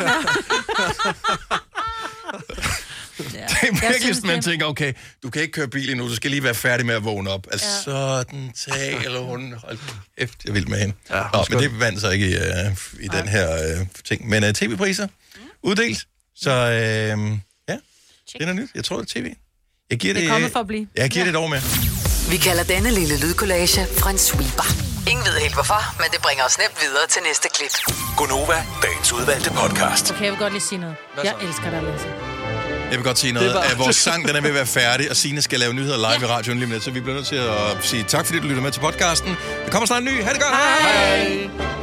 Ja. Det er virkelig synes, sådan, man det- tænker, okay, du kan ikke køre bil endnu, du skal lige være færdig med at vågne op. Altså, ja. sådan taler hun. Hold kæft, jeg vil med hende. Ja, Nå, men det vandt så ikke i, uh, i den her uh, ting. Men uh, tv-priser uddelt. Så uh, ja, det er nyt. Jeg tror, det er tv. Jeg giver Det det, er kommet for at blive. Jeg giver Ja. det et år mere. Vi kalder denne lille lydkollage en sweeper. Ingen ved helt hvorfor, men det bringer os nemt videre til næste klip. Gonova, dagens udvalgte podcast. Okay, jeg vil godt lige sige noget. Jeg elsker dig, Lasse. Jeg vil godt sige noget. Det var- At vores sang den er ved at være færdig, og Signe skal lave nyheder live ja. i radioen lige om lidt, så vi bliver nødt til at sige tak, fordi du lytter med til podcasten. Der kommer snart en ny. Ha' det godt. Hej. Hej.